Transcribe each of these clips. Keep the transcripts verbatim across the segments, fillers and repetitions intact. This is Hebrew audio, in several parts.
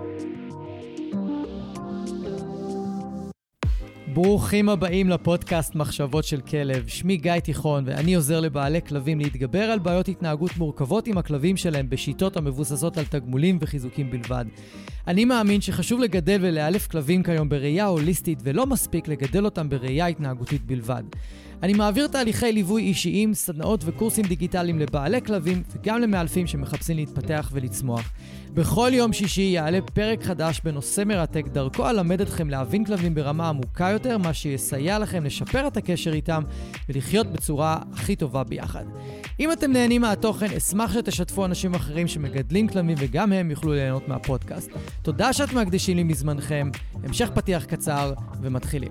ברוכים הבאים לפודקאסט מחשבות של כלב. שמי גיא תיכון ואני עוזר לבעלי כלבים להתגבר על בעיות התנהגות מורכבות עם הכלבים שלהם בשיטות המבוססות על תגמולים וחיזוקים בלבד. אני מאמין שחשוב לגדל ולאלף כלבים כיום בראייה הוליסטית ולא מספיק לגדל אותם בראייה התנהגותית בלבד. אני מעביר תהליכי ליווי אישיים, סדנאות וקורסים דיגיטליים לבעלי כלבים וגם למאלפים שמחפשים להתפתח ולצמוח. בכל יום שישי יעלה פרק חדש בנושא מרתק, דרכו אלמד אתכם להבין כלבים ברמה עמוקה יותר, מה שיסייע לכם לשפר את הקשר איתם ולחיות בצורה הכי טובה ביחד. אם אתם נהנים מהתוכן, אשמח שתשתפו אנשים אחרים שמגדלים כלבים וגם הם יוכלו ליהנות מהפודקאסט. תודה שאתם מקדישים לי מזמנכם, המשך פתיח קצר ומתחילים.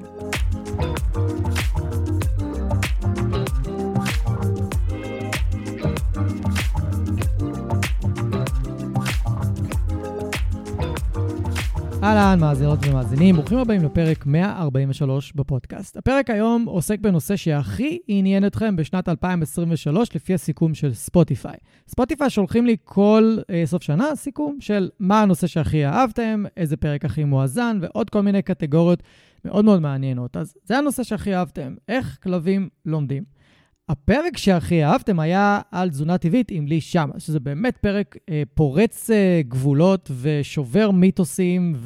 אהלן, מאזינות ומאזינים, ברוכים הבאים לפרק מאה ארבעים ושלוש בפודקאסט. הפרק היום עוסק בנושא שהכי עניין אתכם בשנת אלפיים עשרים ושלוש לפי הסיכום של ספוטיפיי. ספוטיפיי שולחים לי כל אה, סוף שנה סיכום של מה הנושא שהכי אהבתם, איזה פרק הכי מואזן ועוד כל מיני קטגוריות מאוד מאוד מעניינות. אז זה הנושא שהכי אהבתם, איך כלבים לומדים. הפרק שהכי אהבתם היה על תזונה טבעית עם לי שמה, שזה באמת פרק אה, פורץ אה, גבולות ושובר מיתוסים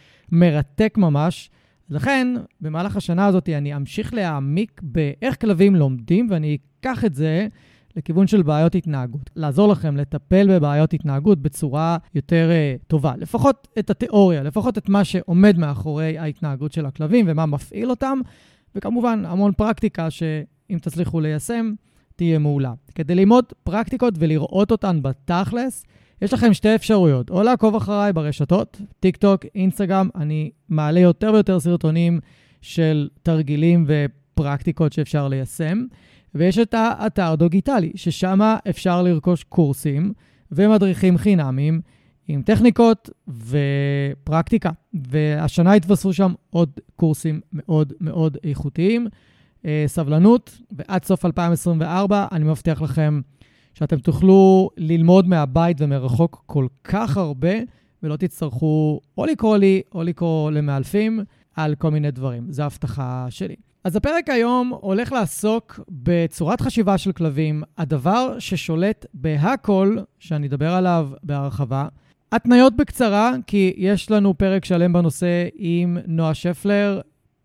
ומרתק ממש. לכן, במהלך השנה הזאת אני אמשיך להעמיק באיך כלבים לומדים, ואני אקח את זה לכיוון של בעיות התנהגות. לעזור לכם לטפל בבעיות התנהגות בצורה יותר אה, טובה. לפחות את התיאוריה, לפחות את מה שעומד מאחורי ההתנהגות של הכלבים ומה מפעיל אותם, וכמובן המון פרקטיקה ש... אם תצליחו ליישם, תהיה מעולה. כדי ללמוד פרקטיקות ולראות אותן בתכלס, יש לכם שתי אפשרויות. או לעקוב אחריי ברשתות, טיק טוק, אינסטגרם, אני מעלה יותר ויותר סרטונים של תרגילים ופרקטיקות שאפשר ליישם. ויש את האתר דוגיטלי, ששם אפשר לרכוש קורסים ומדריכים חינמים עם טכניקות ופרקטיקה. והשנה התווספו שם עוד קורסים מאוד מאוד איכותיים. סבלנות, ועד סוף אלפיים עשרים וארבע אני מבטיח לכם שאתם תוכלו ללמוד מהבית ומרחוק כל כך הרבה, ולא תצטרכו או לקרוא לי או לקרוא למאלפים על כל מיני דברים. זו ההבטחה שלי. אז הפרק היום הולך לעסוק בצורת חשיבה של כלבים, הדבר ששולט בהכל שאני אדבר עליו בהרחבה. התניות בקצרה, כי יש לנו פרק שלם בנושא עם נועה שפלר,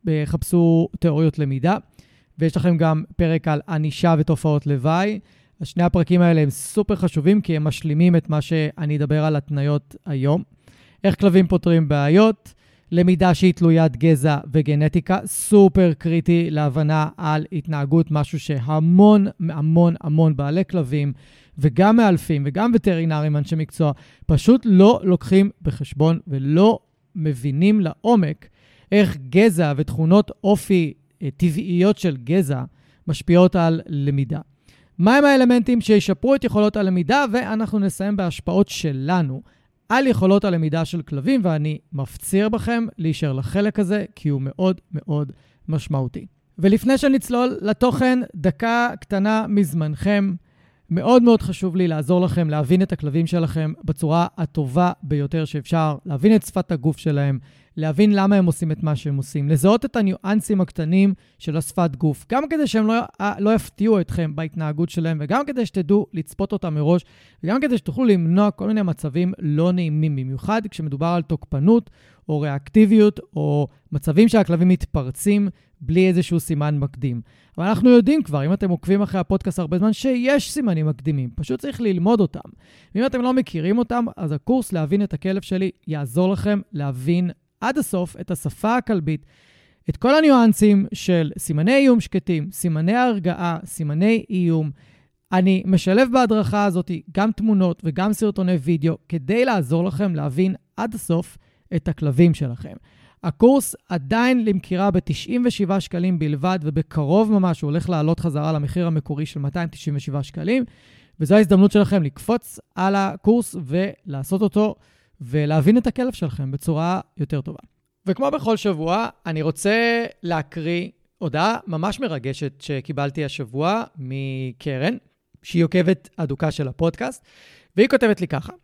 חפשו תיאוריות למידה. ויש לכם גם פרק על ענישה ותופעות לוואי. השני הפרקים האלה הם סופר חשובים, כי הם משלימים את מה שאני אדבר על התניות היום. איך כלבים פותרים בעיות, למידה שהיא תלוית גזע וגנטיקה, סופר קריטי להבנה על התנהגות, משהו שהמון המון המון בעלי כלבים, וגם מאלפים וגם וטרינרים, אנשי מקצוע, פשוט לא לוקחים בחשבון ולא מבינים לעומק איך גזע ותכונות אופי טבעיות של גזע משפיעות על למידה. מהם האלמנטים שישפרו את יכולות הלמידה, ואנחנו נסיים בהשפעות שלנו על יכולות הלמידה של כלבים, ואני מפציר בכם להישאר לחלק הזה, כי הוא מאוד מאוד משמעותי. ולפני שנצלול לתוכן, דקה קטנה מזמנכם. מאוד מאוד חשוב לי לעזור לכם להבין את הכלבים שלכם בצורה הטובה ביותר שאפשר, להבין את שפת הגוף שלהם, להבין למה הם עושים את מה שהם עושים, לזהות את הניואנסים הקטנים של השפת גוף, גם כדי שהם לא, לא יפתיעו אתכם בהתנהגות שלהם, וגם כדי שתדעו לצפות אותם מראש, וגם כדי שתוכלו למנוע כל מיני מצבים לא נעימים, במיוחד כשמדובר על תוקפנות או ריאקטיביות, או מצבים שהכלבים מתפרצים בלי איזשהו סימן מקדים. אבל אנחנו יודעים כבר, אם אתם עוקבים אחרי הפודקאסט הרבה זמן, שיש סימנים מקדימים, פשוט צריך ללמוד אותם. ואם אתם לא מכירים אותם, אז הקורס להבין את הכלב שלי יעזור לכם להבין עד הסוף את השפה הכלבית, את כל הניואנסים של סימני איום שקטים, סימני הרגעה, סימני איום. אני משלב בהדרכה הזאת גם תמונות וגם סרטוני וידאו, כדי לעזור לכם להבין עד הסוף את הכלבים שלכם. הקורס עדיין למכירה ב-תשעים ושבעה שקלים בלבד, ובקרוב ממש הוא הולך לעלות חזרה למחיר המקורי של מאתיים תשעים ושבעה שקלים, וזו ההזדמנות שלכם לקפוץ על הקורס ולעשות אותו, ולהבין את הכלב שלכם בצורה יותר טובה. וכמו בכל שבוע, אני רוצה להקריא הודעה ממש מרגשת שקיבלתי השבוע מקרן, שהיא עוקבת אדוקה של הפודקאסט, והיא כותבת לי ככה: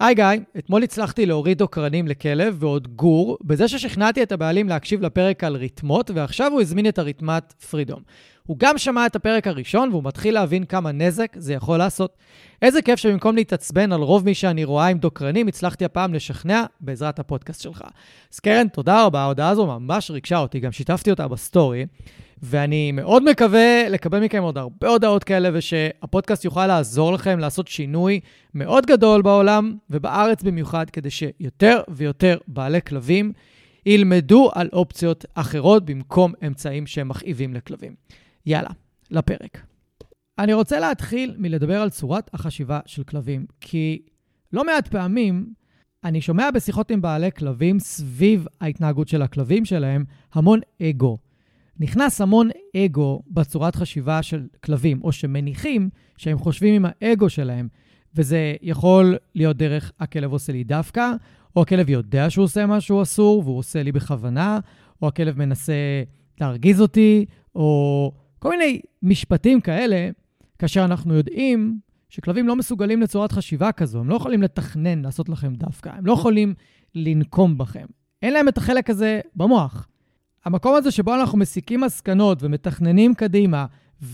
היי גיא, אתמול הצלחתי להוריד דוקרנים לכלב ועוד גור, בזה ששכנעתי את הבעלים להקשיב לפרק על ריתמות, ועכשיו הוא הזמין את הריתמת פרידום. הוא גם שמע את הפרק הראשון, והוא מתחיל להבין כמה נזק זה יכול לעשות. איזה כיף שבמקום להתעצבן על רוב מי שאני רואה עם דוקרנים, הצלחתי הפעם לשכנע בעזרת הפודקאסט שלך. אז קרן, תודה רבה, ההודעה הזו ממש ריגשה אותי, גם שיתפתי אותה בסטורי, ואני מאוד מקווה לקבל מכם עוד הרבה הודעות כאלה, ושהפודקאסט יוכל לעזור לכם לעשות שינוי מאוד גדול בעולם, ובארץ במיוחד, כדי שיותר ויותר בעלי כלבים ילמדו על אופציות אחרות, במקום אמצעים שהם מכאיבים לכלבים. יאללה, לפרק. אני רוצה להתחיל מלדבר על צורת החשיבה של כלבים, כי לא מעט פעמים אני שומע בשיחות עם בעלי כלבים סביב ההתנהגות של הכלבים שלהם המון אגו. נכנס המון אגו בצורת חשיבה של כלבים, או שמניחים שהם חושבים עם האגו שלהם, וזה יכול להיות דרך הכלב עושה לי דווקא, או הכלב יודע שהוא עושה משהו אסור, והוא עושה לי בכוונה, או הכלב מנסה להרגיז אותי, או כל מיני משפטים כאלה, כאשר אנחנו יודעים שכלבים לא מסוגלים לצורת חשיבה כזו, הם לא יכולים לתכנן לעשות לכם דווקא, הם לא יכולים לנקום בכם. אין להם את החלק הזה במוח. המקום הזה שבו אנחנו מסיקים מסקנות ומתכננים קדימה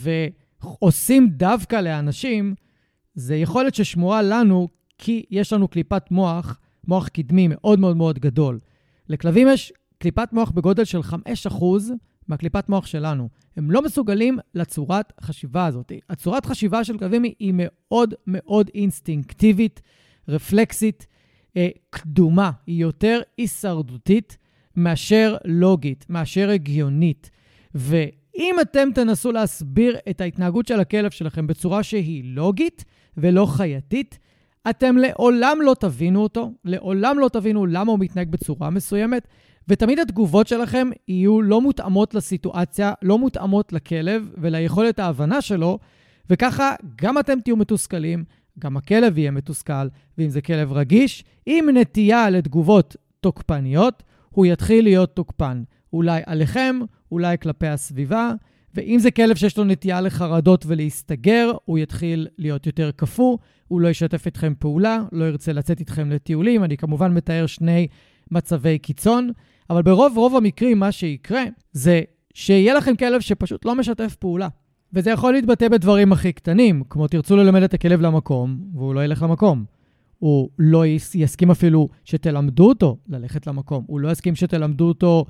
ועושים דווקא לאנשים, זה יכולת ששמורה לנו כי יש לנו קליפת מוח, מוח קדמי מאוד מאוד מאוד גדול. לכלבים יש קליפת מוח בגודל של חמישה אחוז מהקליפת מוח שלנו. הם לא מסוגלים לצורת חשיבה הזאת. הצורת חשיבה של כלבים היא מאוד מאוד אינסטינקטיבית, רפלקסית, אה, קדומה, היא יותר הישרדותית מאשר לוגית, מאשר הגיונית. ואם אתם תנסו להסביר את ההתנהגות של הכלב שלכם בצורה שהיא לוגית ולא חייתית, אתם לעולם לא תבינו אותו, לעולם לא תבינו למה הוא מתנהג בצורה מסוימת, ותמיד התגובות שלכם יהיו לא מותאמות לסיטואציה, לא מותאמות לכלב וליכולת ההבנה שלו, וככה גם אתם תהיו מתוסכלים, גם הכלב יהיה מתוסכל, ואם זה כלב רגיש, עם נטייה לתגובות תוקפניות, הוא יתחיל להיות תוקפן. אולי עליכם, אולי כלפי הסביבה, ואם זה כלב שיש לו נטייה לחרדות ולהסתגר, הוא יתחיל להיות יותר כפו, הוא לא ישתף איתכם פעולה, לא ירצה לצאת איתכם לטיולים. אני כמובן מתאר שני מצבי קיצון, אבל ברוב רוב המקרים מה שיקרה זה שיהיה לכם כלב שפשוט לא משתף פעולה. וזה יכול להתבטא בדברים הכי קטנים, כמו תרצו ללמד את הכלב למקום, והוא לא ילך למקום. הוא לא יסכים אפילו שתלמדו אותו ללכת למקום. הוא לא יסכים שתלמדו אותו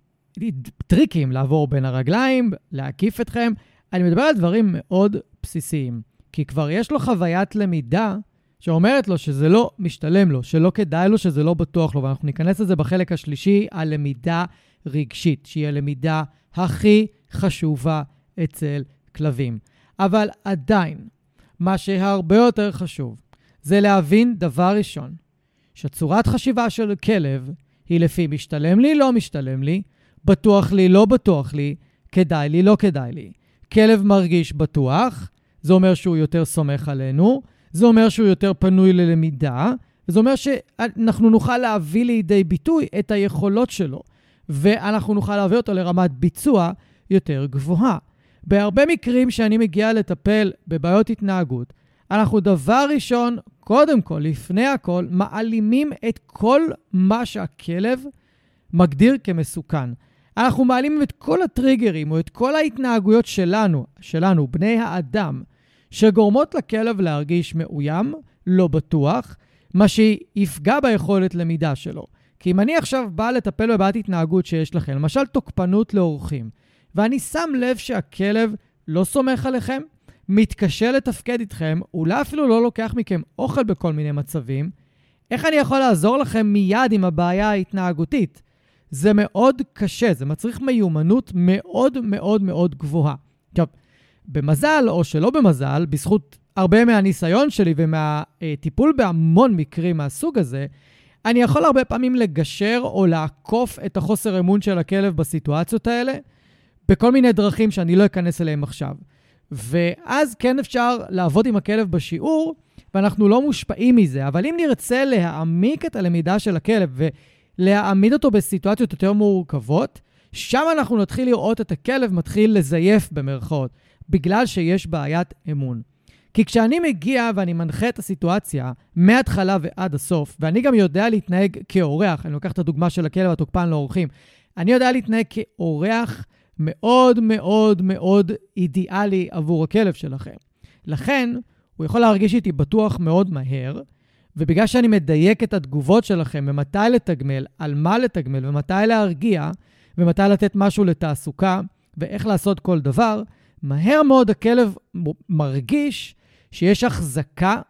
טריקים, לעבור בין הרגליים, להקיף אתכם. אני מדבר על דברים מאוד בסיסיים, כי כבר יש לו חוויית למידה שאומרת לו שזה לא משתלם לו, שלא כדאי לו, שזה לא בטוח לו, ואנחנו ניכנס לזה בחלק השלישי, על למידה רגשית, שהיא הלמידה הכי חשובה אצל כלבים. אבל עדיין, מה שהרבה יותר חשוב, זה להבין דבר ראשון, שצורת חשיבה של כלב היא לפי משתלם לי, לא משתלם לי, בטוח לי, לא בטוח לי, כדאי לי, לא כדאי לי. כלב מרגיש בטוח, זה אומר שהוא יותר סומך עלינו, זה אומר שהוא יותר פנוי ללמידה, וזה אומר שאנחנו נוכל להביא לידי ביטוי את היכולות שלו, ואנחנו נוכל להביא אותו לרמת ביצוע יותר גבוהה. בהרבה מקרים שאני מגיע לטפל בבעיות התנהגות, אנחנו דבר ראשון, קודם כל, לפני הכל, מעלימים את כל מה שהכלב מגדיר כמסוכן. אנחנו מעלימים את כל הטריגרים או את כל ההתנהגויות שלנו, שלנו, בני האדם, שגורמות לכלב להרגיש מאוים, לא בטוח, מה שיפגע ביכולת למידה שלו. כי אם אני עכשיו בא לטפל בבעיית התנהגות שיש לכם, למשל תוקפנות לאורחים, ואני שם לב שהכלב לא סומך עליכם, מתקשה לתפקד איתכם, אולי אפילו לא לוקח מכם אוכל בכל מיני מצבים, איך אני יכול לעזור לכם מיד עם הבעיה ההתנהגותית? זה מאוד קשה, זה מצריך מיומנות מאוד מאוד מאוד גבוהה. טוב, במזל או שלא במזל, בזכות הרבה מהניסיון שלי ומהטיפול בהמון מקרים מהסוג הזה, אני יכול הרבה פעמים לגשר או לעקוף את החוסר אמון של הכלב בסיטואציות האלה, בכל מיני דרכים שאני לא אכנס אליהם עכשיו. ואז כן אפשר לעבוד עם הכלב בשיעור, ואנחנו לא מושפעים מזה. אבל אם נרצה להעמיק את הלמידה של הכלב ולהעמיד אותו בסיטואציות יותר מורכבות, שם אנחנו נתחיל לראות את הכלב מתחיל לזייף במרכאות, בגלל שיש בעיית אמון. כי כשאני מגיע ואני מנחה את הסיטואציה מההתחלה ועד הסוף, ואני גם יודע להתנהג כאורח, אני לוקח את הדוגמה של הכלב התוקפן לאורחים, אני יודע להתנהג כאורח מאוד מאוד מאוד אידיאלי עבור הכלב שלכם. לכן, הוא יכול להרגיש איתי בטוח מאוד מהר, ובגלל שאני מדייק את התגובות שלכם, ומתי לתגמל, על מה לתגמל, ומתי להרגיע, ומתי לתת משהו לתעסוקה, ואיך לעשות כל דבר, מהר מאוד הכלב מרגיש שיש החזקה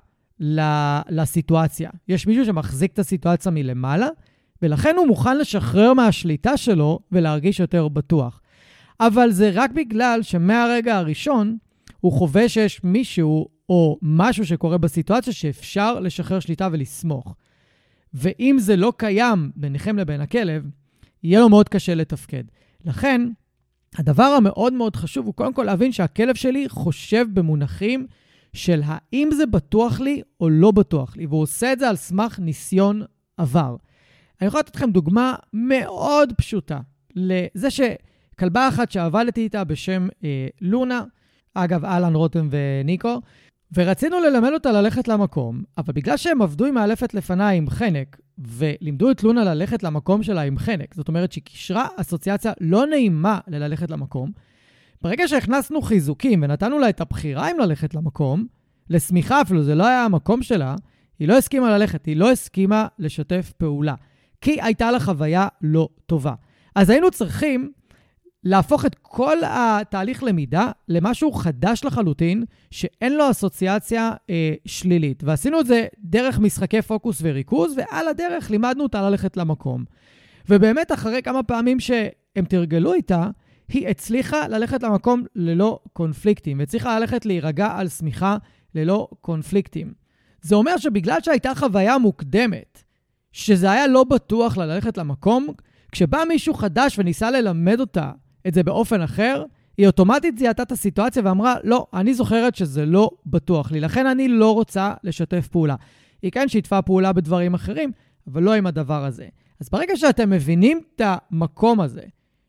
לסיטואציה. יש מישהו שמחזיק את הסיטואציה מלמעלה, ולכן הוא מוכן לשחרר מהשליטה שלו ולהרגיש יותר בטוח. אבל זה רק בגלל שמהרגע הראשון הוא חווה שיש מישהו או משהו שקורה בסיטואציה שאפשר לשחרר שליטה ולסמוך. ואם זה לא קיים ביניכם לבין הכלב, יהיה לו מאוד קשה לתפקד. לכן, הדבר המאוד מאוד חשוב הוא קודם כל להבין שהכלב שלי חושב במונחים של האם זה בטוח לי או לא בטוח לי, והוא עושה את זה על סמך ניסיון עבר. אני יכול לתת לכם דוגמה מאוד פשוטה לזה שכלבה אחת שעבדתי איתה בשם אה, לונה, אגב, אלן, רותם וניקו, ורצינו ללמד אותה ללכת למקום, אבל בגלל שהם עבדו עם מאלפת לפניי עם חנק, ולימדו את לונה ללכת למקום שלה עם חנק, זאת אומרת שהיא קישרה אסוציאציה לא נעימה לללכת למקום, ברגע שהכנסנו חיזוקים ונתנו לה את הבחירה אם ללכת למקום, לשמיכה אפילו, זה לא היה המקום שלה, היא לא הסכימה ללכת, היא לא הסכימה לשתף פעולה, כי הייתה לה חוויה לא טובה. אז היינו צריכים להפוך את כל התהליך למידה למשהו חדש לחלוטין, שאין לו אסוציאציה אה, שלילית. ועשינו את זה דרך משחקי פוקוס וריכוז, ועל הדרך לימדנו אותה ללכת למקום. ובאמת אחרי כמה פעמים שהם תרגלו איתה, היא הצליחה ללכת למקום ללא קונפליקטים, והצליחה ללכת להירגע על סמיכה ללא קונפליקטים. זה אומר שבגלל שהייתה חוויה מוקדמת, שזה היה לא בטוח ללכת למקום, כשבא מישהו חדש וניסה ללמד אותה את זה באופן אחר, היא אוטומטית זיהתה את הסיטואציה ואמרה, לא, אני זוכרת שזה לא בטוח לי, לכן אני לא רוצה לשתף פעולה. היא כן שיתפה פעולה בדברים אחרים, אבל לא עם הדבר הזה. אז ברגע שאתם מבינים את המקום הזה,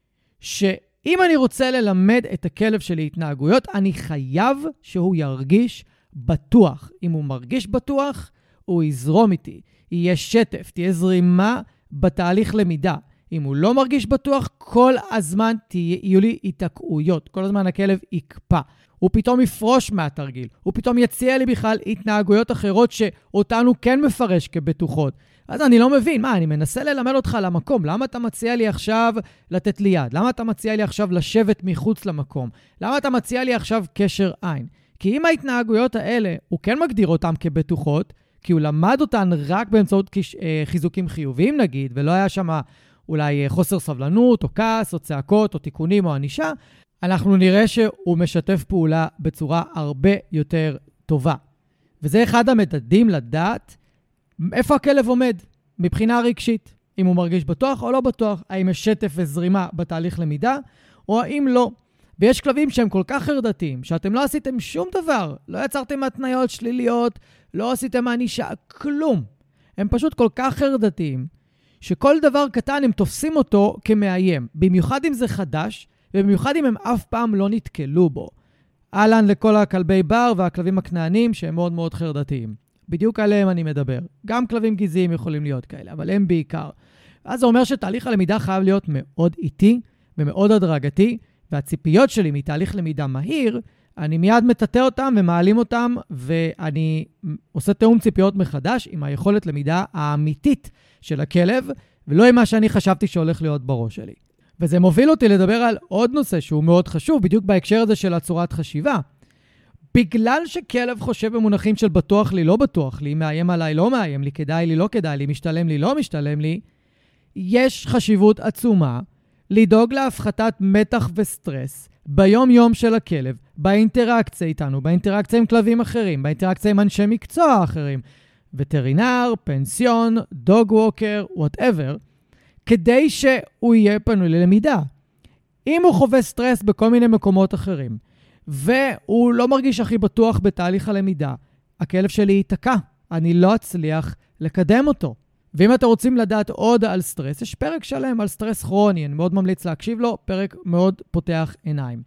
שאם אני רוצה ללמד את הכלב שלי התנהגויות, אני חייב שהוא ירגיש בטוח. אם הוא מרגיש בטוח, הוא יזרום איתי. יהיה שטף, תהיה זרימה בתהליך למידה. אם הוא לא מרגיש בטוח, כל הזמן יהיו לי התעקעויות. כל הזמן הכלב יקפא. הוא פתאום יפרוש מהתרגיל. הוא פתאום יציע לי בכלל התנהגויות אחרות שאותנו כן מפרש כבטוחות. אז אני לא מבין, מה, אני מנסה ללמד אותך למקום. למה אתה מציע לי עכשיו לתת לי יד? למה אתה מציע לי עכשיו לשבת מחוץ למקום? למה אתה מציע לי עכשיו קשר עין? כי אם ההתנהגויות האלה, הוא כן מגדיר אותם כבטוחות, כי הוא למד אותן רק באמצעות חיזוקים חיוביים נגיד, ולא היה שם אולי חוסר סבלנות, או כעס, או צעקות, או תיקונים, או ענישה, אנחנו נראה שהוא משתף פעולה בצורה הרבה יותר טובה. וזה אחד המדדים לדעת איפה הכלב עומד מבחינה רגשית, אם הוא מרגיש בטוח או לא בטוח, האם יש שטף וזרימה בתהליך למידה, או האם לא. ויש כלבים שהם כל כך חרדתיים, שאתם לא עשיתם שום דבר, לא יצרתם התניות שליליות, לא עשיתם ענישה, כלום. הם פשוט כל כך חרדתיים, שכל דבר קטן הם תופסים אותו כמאיים, במיוחד אם זה חדש, ובמיוחד אם הם אף פעם לא נתקלו בו. אהלן לכל הכלבי בר והכלבים הכנענים שהם מאוד מאוד חרדתיים. בדיוק עליהם אני מדבר. גם כלבים גזעיים יכולים להיות כאלה, אבל הם בעיקר. אז זה אומר שתהליך הלמידה חייב להיות מאוד איטי ומאוד הדרגתי, והציפיות שלי מתהליך למידה מהיר, אני מיד מטאטא אותם ומעלים אותם, ואני עושה תאום ציפיות מחדש עם היכולת למידה האמיתית של הכלב, ולא עם מה שאני חשבתי שהולך להיות בראש שלי. וזה מוביל אותי לדבר על עוד נושא שהוא מאוד חשוב, בדיוק בהקשר הזה של הצורת חשיבה. בגלל שכלב חושב במונחים של בטוח לי, לא בטוח לי, מאיים עליי, לא מאיים לי, כדאי לי, לא כדאי לי, משתלם לי, לא משתלם לי, יש חשיבות עצומה לדאוג להפחתת מתח וסטרס ביום יום של הכלב, באינטראקציה איתנו, באינטראקציה עם כלבים אחרים, באינטראקציה עם אנשי מקצוע אחרים, וטרינר, פנסיון, דוג ווקר, whatever, כדי שהוא יהיה פנוי ללמידה. אם הוא חווה סטרס בכל מיני מקומות אחרים, והוא לא מרגיש הכי בטוח בתהליך הלמידה, הכלב שלי ייתקע, אני לא אצליח לקדם אותו. ואם אתם רוצים לדעת עוד על סטרס, יש פרק שלם על סטרס כרוני, אני מאוד ממליץ להקשיב לו, פרק מאוד פותח עיניים.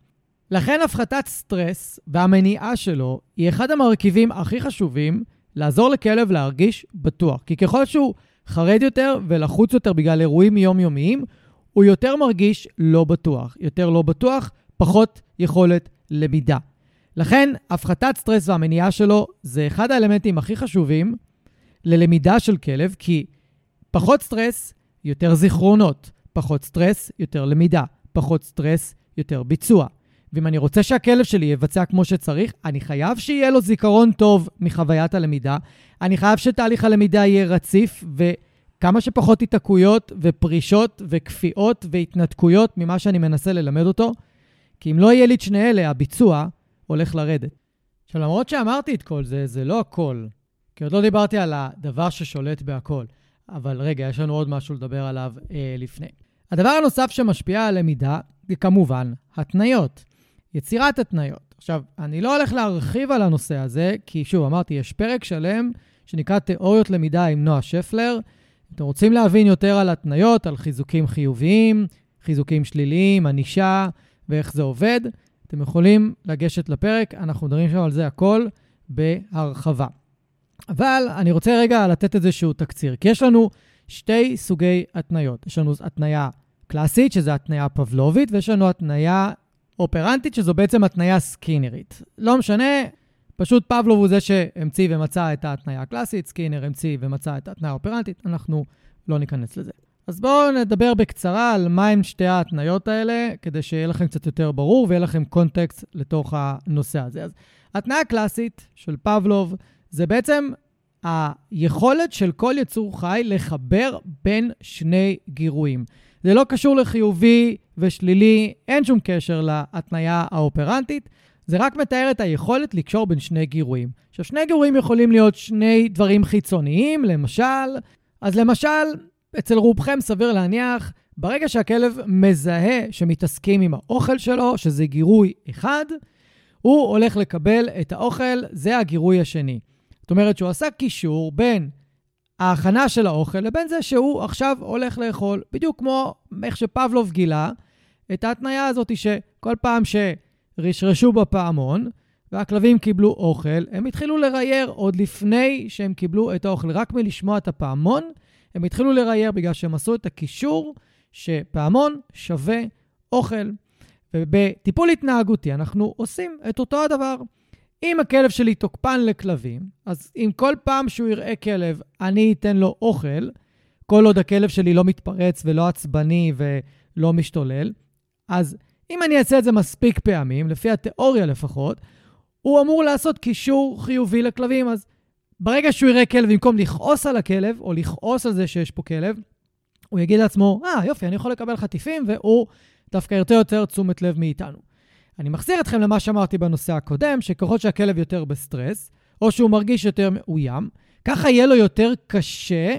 לכן הפחתת סטרס והמניעה שלו היא אחד המרכיבים הכי חשובים לעזור לכלב להרגיש בטוח. כי ככל שהוא חרד יותר ולחוץ יותר בגלל אירועים יומיומיים, הוא יותר מרגיש לא בטוח. יותר לא בטוח, פחות יכולת למידה. לכן הפחתת סטרס והמניעה שלו זה אחד האלמנטים הכי חשובים ללמידה של כלב, כי פחות סטרס, יותר זיכרונות. פחות סטרס, יותר למידה. פחות סטרס, יותר ביצוע. ואם אני רוצה שהכלב שלי יבצע כמו שצריך, אני חייב שיהיה לו זיכרון טוב מחוויית הלמידה. אני חייב שתהליך הלמידה יהיה רציף, וכמה שפחות התעקויות ופרישות וכפיאות והתנתקויות ממה שאני מנסה ללמד אותו. כי אם לא יהיה לי את שני אלה, הביצוע הולך לרדת. עכשיו, למרות שאמרתי את כל זה, זה לא הכל. כי עוד לא דיברתי על הדבר ששולט בהכל. אבל רגע, יש לנו עוד משהו לדבר עליו אה, לפני. הדבר הנוסף שמשפיע על למידה, זה כמובן התניות. יצירת התניות. עכשיו, אני לא הולך להרחיב על הנושא הזה, כי שוב, אמרתי, יש פרק שלם שנקרא תיאוריות למידה עם נועה שפלר. אתם רוצים להבין יותר על התניות, על חיזוקים חיוביים, חיזוקים שליליים, ענישה, ואיך זה עובד. אתם יכולים לגשת לפרק, אנחנו מדברים שם על זה הכל בהרחבה. אבל אני רוצה רגע לתת איזשהו תקציר, כי יש לנו שתי סוגי התניות. יש לנו התניה קלאסית, שזו התניה פבלובית, ויש לנו התניה אופרנטית, שזו בעצם התניה סקינרית. לא משנה, פשוט פבלוב הוא זה שהמציא ומצא את ההתניה הקלאסית, סקינר המציא ומצא את ההתניה האופרנטית, אנחנו לא ניכנס לזה. אז בואו נדבר בקצרה על מה הם שתי ההתניות האלה, כדי שיהיה לכם קצת יותר ברור, ויהיה לכם קונטקסט לתוך הנושא הזה. אז התניה הקלאסית של פבלוב, זה בעצם היכולת של כל יצור חי לחבר בין שני גירויים. זה לא קשור לחיובי ושלילי, אין שום קשר להתניה האופרנטית, זה רק מתאר את היכולת לקשור בין שני גירויים. עכשיו, שני גירויים יכולים להיות שני דברים חיצוניים, למשל, אז למשל, אצל רובכם סביר להניח, ברגע שהכלב מזהה שמתעסקים עם האוכל שלו, שזה גירוי אחד, הוא הולך לקבל את האוכל, זה הגירוי השני. זאת אומרת שהוא עשה קישור בין ההכנה של האוכל לבין זה שהוא עכשיו הולך לאכול, בדיוק כמו איך שפבלוב גילה את ההתניה הזאת שכל פעם שרשרשו בפעמון והכלבים קיבלו אוכל, הם התחילו לרייר עוד לפני שהם קיבלו את האוכל. רק מלשמוע את הפעמון, הם התחילו לרייר בגלל שהם עשו את הקישור שפעמון שווה אוכל. ובטיפול התנהגותי אנחנו עושים את אותו הדבר. אם הכלב שלי תוקפן לכלבים, אז אם כל פעם שהוא יראה כלב, אני אתן לו אוכל, כל עוד הכלב שלי לא מתפרץ ולא עצבני ולא משתולל, אז אם אני אעשה את זה מספיק פעמים, לפי התיאוריה לפחות, הוא אמור לעשות קישור חיובי לכלבים. אז ברגע שהוא יראה כלב, במקום לכעוס על הכלב, או לכעוס על זה שיש פה כלב, הוא יגיד לעצמו, אה, יופי, אני יכול לקבל חטיפים, והוא דווקא יותר יותר תשומת לב מאיתנו. אני מחזיר אתכם למה שאמרתי בנושא הקודם, שככל שהכלב יותר בסטרס, או שהוא מרגיש יותר מאוים, ככה יהיה לו יותר קשה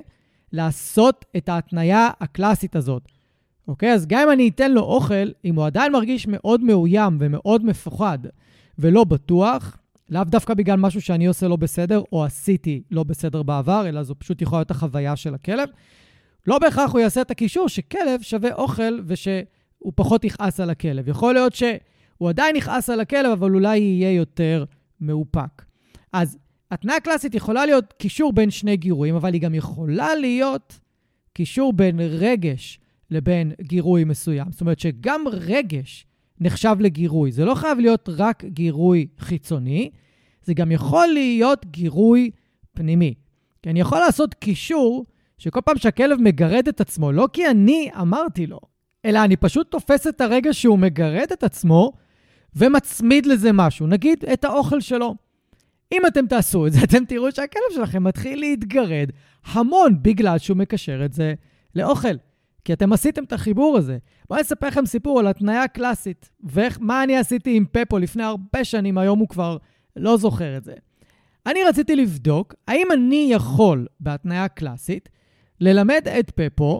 לעשות את ההתניה הקלאסית הזאת. אוקיי? אז גם אם אני אתן לו אוכל, אם הוא עדיין מרגיש מאוד מאוים ומאוד מפוחד ולא בטוח, לאו דווקא בגלל משהו שאני עושה לא בסדר, או עשיתי לא בסדר בעבר, אלא זו פשוט יכולה להיות החוויה של הכלב, לא בהכרח הוא יעשה את הקישור שכלב שווה אוכל ושהוא פחות יכעס על הכלב. יכול להיות שהוא עדיין יכעס על הכלב, אבל אולי יהיה יותר מאופק. אז התניה הקלאסית יכולה להיות קישור בין שני גירויים, אבל היא גם יכולה להיות קישור בין רגש לבין גירוי מסוים. זאת אומרת שגם רגש נחשב לגירוי. זה לא חייב להיות רק גירוי חיצוני, זה גם יכול להיות גירוי פנימי. כי אני יכול לעשות קישור שכל פעם שהכלב מגרד את עצמו, לא כי אני אמרתי לו, אלא אני פשוט תופס את הרגע שהוא מגרד את עצמו ומצמיד לזה משהו. נגיד את האוכל שלו. אם אתם תעשו את זה, אתם תראו שהכלב שלכם מתחיל להתגרד המון בגלל שהוא מקשר את זה לאוכל. כי אתם עשיתם את החיבור הזה. בואו אספר לכם סיפור על התניה קלאסית, ומה אני עשיתי עם פפו לפני הרבה שנים, היום הוא כבר לא זוכר את זה. אני רציתי לבדוק, האם אני יכול בהתניה קלאסית ללמד את פפו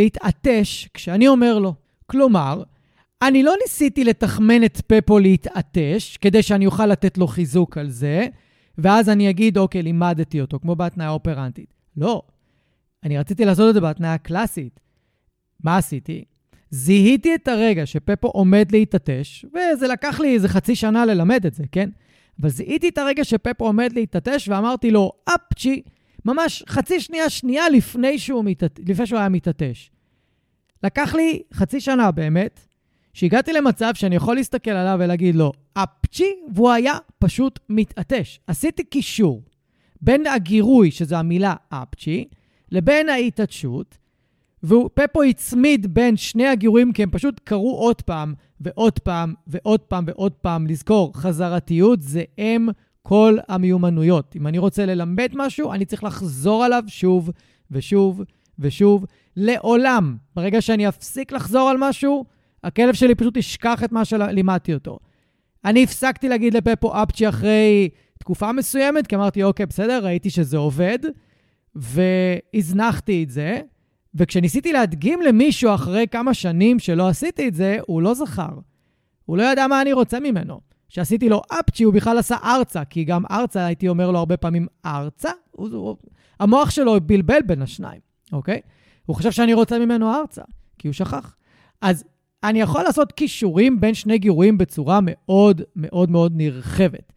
להתעטש כשאני אומר לו. כלומר, אני לא ניסיתי לתחמן את פפו להתעטש, כדי שאני אוכל לתת לו חיזוק על זה, ואז אני אגיד, אוקיי, לימדתי אותו, כמו בהתניה אופרנטית. לא. אני רציתי לעשות את זה בהתניה קלאסית. מה עשיתי? זיהיתי את הרגע שפפו עומד להתעטש, וזה לקח לי איזה חצי שנה ללמד את זה, כן? אבל זיהיתי את הרגע שפפו עומד להתעטש, ואמרתי לו, אפצ'י, ממש חצי שנייה שנייה לפני שהוא, מתעת... לפני שהוא היה מתעטש. לקח לי חצי שנה באמת, שהגעתי למצב שאני יכול להסתכל עליו ולהגיד לו, אפצ'י, והוא היה פשוט מתעטש. עשיתי קישור בין הגירוי, שזו המילה אפצ'י, לבין ההתעטשות, ופפו הצמיד בין שני הגירויים, כי הם פשוט קראו עוד פעם, ועוד פעם, ועוד פעם, ועוד פעם. לזכור, חזרתיות זה אם כל המיומנויות. אם אני רוצה ללמד משהו, אני צריך לחזור עליו שוב, ושוב, ושוב, לעולם. ברגע שאני אפסיק לחזור על משהו, הכלב שלי פשוט ישכח את מה שלימדתי אותו. אני הפסקתי להגיד לפפו אפצ'י אחרי תקופה מסוימת, כי אמרתי, אוקיי, בסדר, ראיתי שזה עובד, והזנחתי את זה, וכשניסיתי להדגים למישהו אחרי כמה שנים שלא עשיתי את זה, הוא לא זכר. הוא לא ידע מה אני רוצה ממנו. כשעשיתי לו אפצ'י, הוא בכלל עשה ארצה, כי גם ארצה, הייתי אומר לו הרבה פעמים, ארצה? הוא, הוא, המוח שלו בלבל בין השניים, אוקיי? הוא חושב שאני רוצה ממנו ארצה, כי הוא שכח. אז אני יכול לעשות קישורים בין שני גירויים בצורה מאוד מאוד מאוד נרחבת.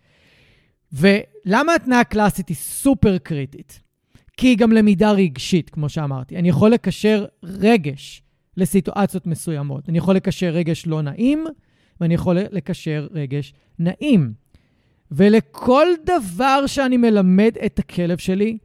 ולמה התנאה הקלאסית היא סופר קריטית? כי היא גם למידה רגשית, כמו שאמרתי. אני יכול לקשר רגש לסיטואציות מסוימות. אני יכול לקשר רגש לא נעים, ואני יכול לקשר רגש נעים. ולכל דבר שאני מלמד את הכלב שלי,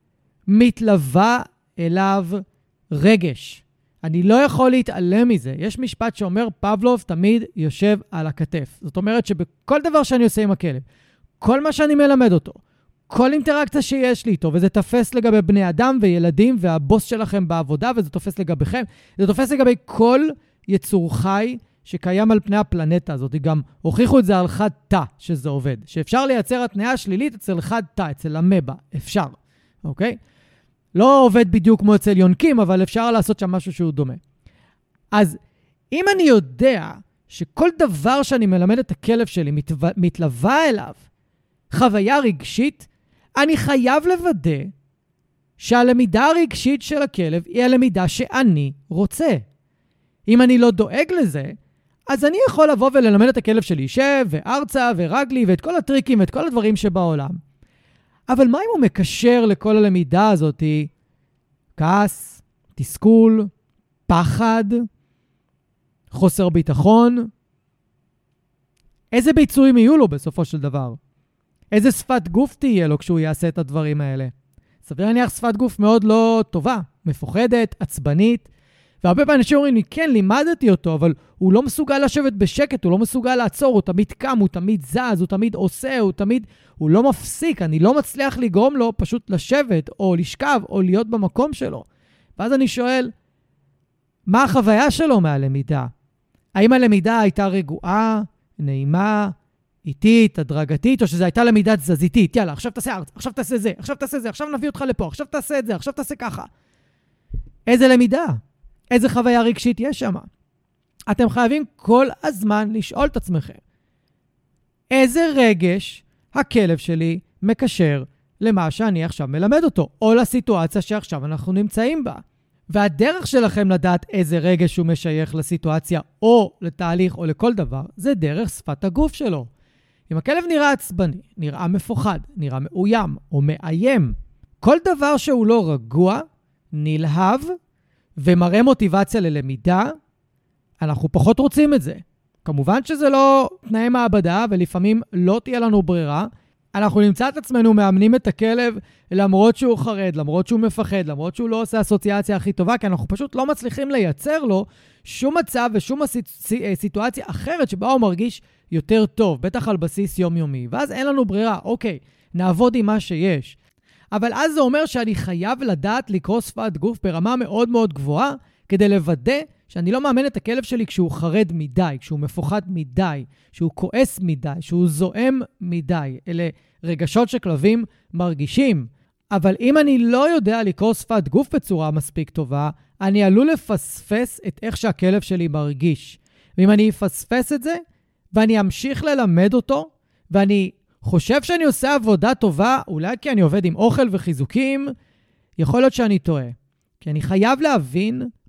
מתלווה אליו רגש. אני לא יכול להתעלם מזה. יש משפט שאומר, פבלוב תמיד יושב על הכתף. זאת אומרת שבכל דבר שאני עושה עם הכלב, כל מה שאני מלמד אותו, כל אינטראקציה שיש לי איתו, וזה תופס לגבי בני אדם וילדים, והבוס שלכם בעבודה, וזה תופס לגביכם, זה תופס לגבי כל יצור חי שקיים על פני הפלנטה הזאת. גם הוכיחו את זה על חד תא, שזה עובד. שאפשר לייצר התנאה שלילית אצל חד תא, אצל המבה. אפשר, אוקיי? לא עובד בדיוק כמו אצל יונקים, אבל אפשר לעשות שם משהו שהוא דומה. אז אם אני יודע שכל דבר שאני מלמד את הכלב שלי מתלווה אליו חוויה רגשית, אני חייב לוודא שהלמידה הרגשית של הכלב היא הלמידה שאני רוצה. אם אני לא דואג לזה, אז אני יכול לבוא וללמד את הכלב שלי שב וארצה ורגלי ואת כל הטריקים ואת כל הדברים שבעולם. אבל מה אם הוא מקשר לכל הלמידה הזאת? כעס, תסכול, פחד, חוסר ביטחון? איזה ביצועים יהיו לו בסופו של דבר? איזה שפת גוף תהיה לו כשהוא יעשה את הדברים האלה? סביר להניח שפת גוף מאוד לא טובה, מפוחדת, עצבנית, והרבה פעמים אנשים אומרים לי, כן, לימדתי אותו, אבל הוא לא מסוגל לשבת בשקט, הוא לא מסוגל לעצור, הוא תמיד קם, הוא תמיד זז, הוא תמיד עושה, הוא תמיד, הוא לא מפסיק, אני לא מצליח לגרום לו פשוט לשבת, או לשכב, או להיות במקום שלו. ואז אני שואל, מה החוויה שלו מהלמידה? האם הלמידה הייתה רגועה, נעימה, איטית, הדרגתית, או שזו הייתה למידה תזזיתית? יאללה, עכשיו תעשה ארץ, עכשיו תעשה זה, עכשיו תעשה זה, עכשיו נביא אותך לפה, עכשיו תעשה את זה, עכשיו תעשה ככה. איזה למידה? איזה חוויה רגשית יש שם? אתם חייבים כל הזמן לשאול את עצמכם, איזה רגש הכלב שלי מקשר למה שאני עכשיו מלמד אותו, או לסיטואציה שעכשיו אנחנו נמצאים בה. והדרך שלכם לדעת איזה רגש הוא משייך לסיטואציה, או לתהליך, או לכל דבר, זה דרך שפת הגוף שלו. אם הכלב נראה עצבני, נראה מפוחד, נראה מאוים, או מאיים, כל דבר שהוא לא רגוע, נלהב, ומראה מוטיבציה ללמידה, אנחנו פחות רוצים את זה. כמובן שזה לא תנאי מעבדה, ולפעמים לא תהיה לנו ברירה. אנחנו נמצא את עצמנו מאמנים את הכלב, למרות שהוא חרד, למרות שהוא מפחד, למרות שהוא לא עושה אסוציאציה הכי טובה, כי אנחנו פשוט לא מצליחים לייצר לו שום מצב ושום סיטואציה אחרת שבה הוא מרגיש יותר טוב, בטח על בסיס יומיומי. ואז אין לנו ברירה, אוקיי, נעבוד עם מה שיש. אבל אז זה אומר שאני חייב לדעת לקרוא שפת גוף ברמה מאוד מאוד גבוהה, כדי לוודא שאני לא מאמן את הכלב שלי כשהוא חרד מדי, כשהוא מפוחד מדי, כשהוא כועס מדי, שהוא זועם מדי. אלה רגשות שכלבים מרגישים. אבל אם אני לא יודע לקרוא שפת גוף בצורה מספיק טובה, אני עלול לפספס את איך שהכלב שלי מרגיש. ואם אני אפספס את זה, ואני אמשיך ללמד אותו, ואני חושב שאני עושה עבודה טובה, אולי כי אני עובד עם אוכל וחיזוקים, יכול להיות שאני טועה. כי אני חייב להבין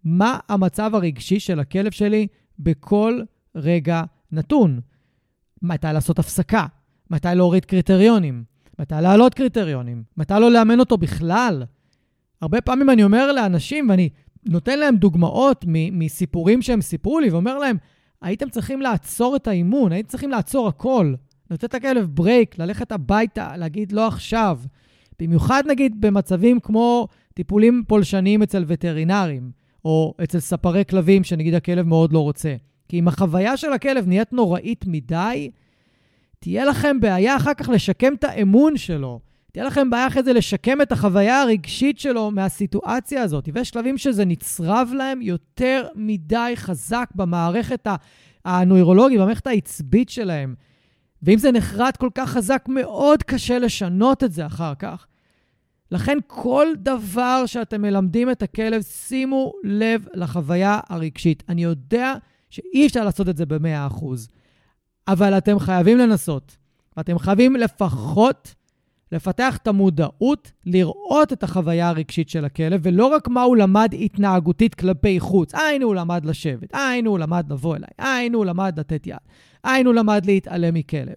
מה המצב הרגשי של הכלב שלי בכל רגע נתון. מתי לעשות הפסקה, מתי להוריד קריטריונים, מתי להעלות קריטריונים, מתי לא לאמן אותו בכלל. הרבה פעמים אני אומר לאנשים, ואני נותן להם דוגמאות מסיפורים שהם סיפרו לי, ואומר להם, הייתם צריכים לעצור את האימון, הייתם צריכים לעצור הכל, לתת לכלב ברייק, ללכת הביתה, להגיד לא עכשיו. במיוחד נגיד במצבים כמו טיפולים פולשניים אצל וטרינרים, או אצל ספרי כלבים שנגיד הכלב מאוד לא רוצה. כי אם החוויה של הכלב נהיית נוראית מדי, תהיה לכם בעיה אחר כך לשקם את האמון שלו. תהיה לכם בעיה אחרי זה לשקם את החוויה הרגשית שלו מהסיטואציה הזאת. ויש כלבים שזה נצרב להם יותר מדי חזק במערכת הנוירולוגית, במערכת העצבית שלהם. ואם זה נחרט כל כך חזק, מאוד קשה לשנות את זה אחר כך. לכן כל דבר שאתם מלמדים את הכלב, שימו לב לחוויה הרגשית. אני יודע שאי אפשר לעשות את זה ב-מאה אחוז, אבל אתם חייבים לנסות. אתם חייבים לפחות לפתח את המודעות, לראות את החוויה הרגשית של הכלב, ולא רק מה הוא למד התנהגותית כלפי חוץ. אה, הנה הוא למד לשבת, אה, הנה הוא למד לבוא אליי, אה, הנה הוא למד לתת יד, אה, הנה הוא למד להתעלם מכלב.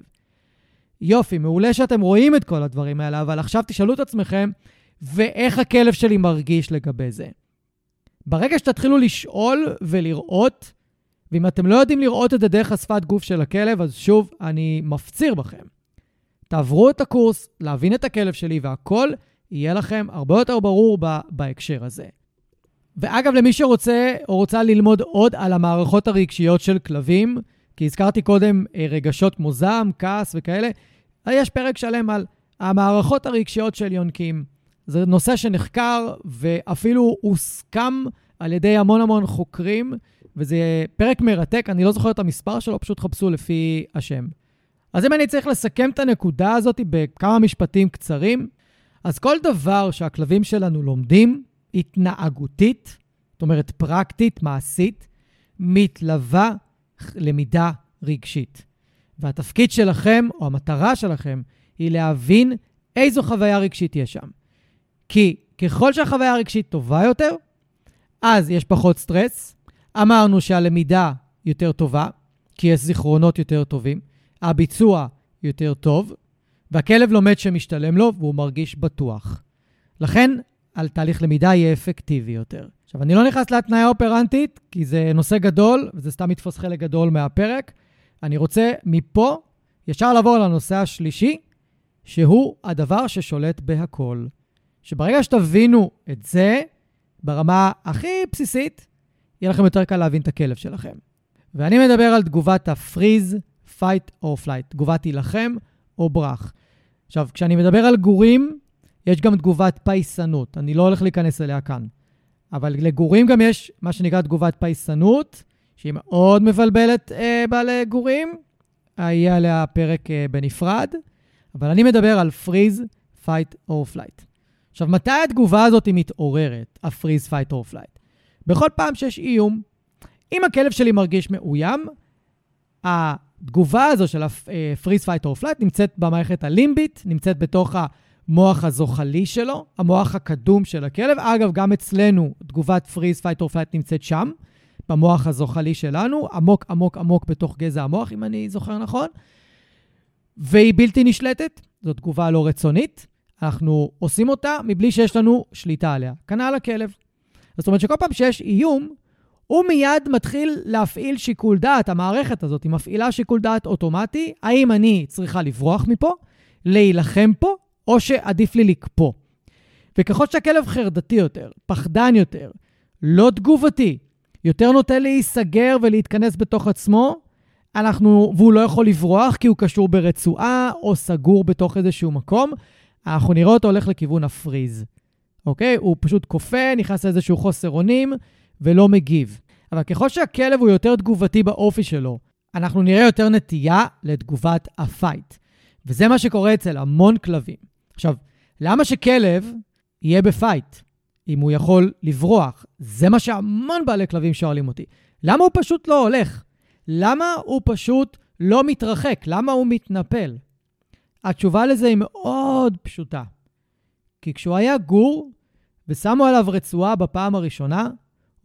יופי, מעולה שאתם רואים את כל הדברים האלה, אבל עכשיו תשאלו את עצמכם, ואיך הכלב שלי מרגיש לגבי זה? ברגע שתתחילו לשאול ולראות, ואם אתם לא יודעים לראות את זה דרך השפת גוף של הכלב, אז שוב, אני מפציר בכם. תעברו את הקורס, להבין את הכלב שלי, והכל יהיה לכם הרבה יותר ברור בהקשר הזה. ואגב, למי שרוצה או רוצה ללמוד עוד על המערכות הרגשיות של כלבים, כי הזכרתי קודם רגשות כמו זעם, כעס וכאלה, יש פרק שלם על המערכות הרגשיות של יונקים. זה נושא שנחקר ואפילו הוסכם על ידי המון המון חוקרים, וזה פרק מרתק, אני לא זוכר את המספר שלו, פשוט חפשו לפי השם. אז אם אני צריך לסכם את הנקודה הזאת בכמה משפטים קצרים, אז כל דבר שהכלבים שלנו לומדים, התנהגותית, זאת אומרת פרקטית, מעשית, מתלווה למידה רגשית. והתפקיד שלכם, או המטרה שלכם, היא להבין איזו חוויה רגשית יש שם. כי ככל שהחוויה הרגשית טובה יותר, אז יש פחות סטרס. אמרנו שהלמידה יותר טובה, כי יש זיכרונות יותר טובים. הביצוע יותר טוב, והכלב לומד שמשתלם לו, והוא מרגיש בטוח. לכן, על תהליך למידה יהיה אפקטיבי יותר. עכשיו, אני לא נכנס להתניה אופרנטית, כי זה נושא גדול, וזה סתם יתפוס חלק גדול מהפרק. אני רוצה מפה ישר לעבור לנושא השלישי, שהוא הדבר ששולט בהכל. שברגע שתבינו את זה, ברמה הכי בסיסית, יהיה לכם יותר קל להבין את הכלב שלכם. ואני מדבר על תגובת הפריז, fight or flight, תגובת הילחם או ברח. עכשיו, כשאני מדבר על גורים, יש גם תגובת פייסנות. אני לא הולך להיכנס אליה כאן. אבל לגורים גם יש מה שנקרא תגובת פייסנות, שהיא מאוד מבלבלת אה, בעלי גורים. יהיה עליה פרק אה, בנפרד. אבל אני מדבר על freeze, fight or flight. עכשיו, מתי התגובה הזאת היא מתעוררת, ה-freeze, fight or flight? בכל פעם שיש איום, אם הכלב שלי מרגיש מאוים, התגובה הזו של ה-freeze, fight or flight נמצאת במערכת הלימבית, נמצאת בתוך המוח הזוחלי שלו, המוח הקדום של הכלב. אגב, גם אצלנו תגובת freeze, fight or flight נמצאת שם, במוח הזוחלי שלנו, עמוק עמוק עמוק בתוך גזע המוח, אם אני זוכר נכון, והיא בלתי נשלטת, זו תגובה לא רצונית, אנחנו עושים אותה מבלי שיש לנו שליטה עליה. כנ"ל הכלב. זאת אומרת שכל פעם שיש איום, הוא מיד מתחיל להפעיל שיקול דעת. המערכת הזאת היא מפעילה שיקול דעת אוטומטי. האם אני צריכה לברוח מפה, להילחם פה, או שעדיף לי לקפוא. וככל שהכלב חרדתי יותר, פחדן יותר, לא תגובתי, יותר נוטה להיסגר ולהתכנס בתוך עצמו, אנחנו, והוא לא יכול לברוח כי הוא קשור ברצועה או סגור בתוך איזשהו מקום, אנחנו נראה אותו הולך לכיוון הפריז. אוקיי? הוא פשוט קופא, נכנס לאיזשהו חוסר אונים ולא מגיב. אבל ככל שהכלב הוא יותר תגובתי באופי שלו, אנחנו נראה יותר נטייה לתגובת הפייט. וזה מה שקורה אצל המון כלבים. עכשיו, למה שכלב יהיה בפייט? אם הוא יכול לברוח? זה מה שהמון בעלי כלבים שואלים אותי. למה הוא פשוט לא הולך? למה הוא פשוט לא מתרחק? למה הוא מתנפל? התשובה לזה היא מאוד פשוטה. כי כשהוא היה גור ושמו עליו רצועה בפעם הראשונה,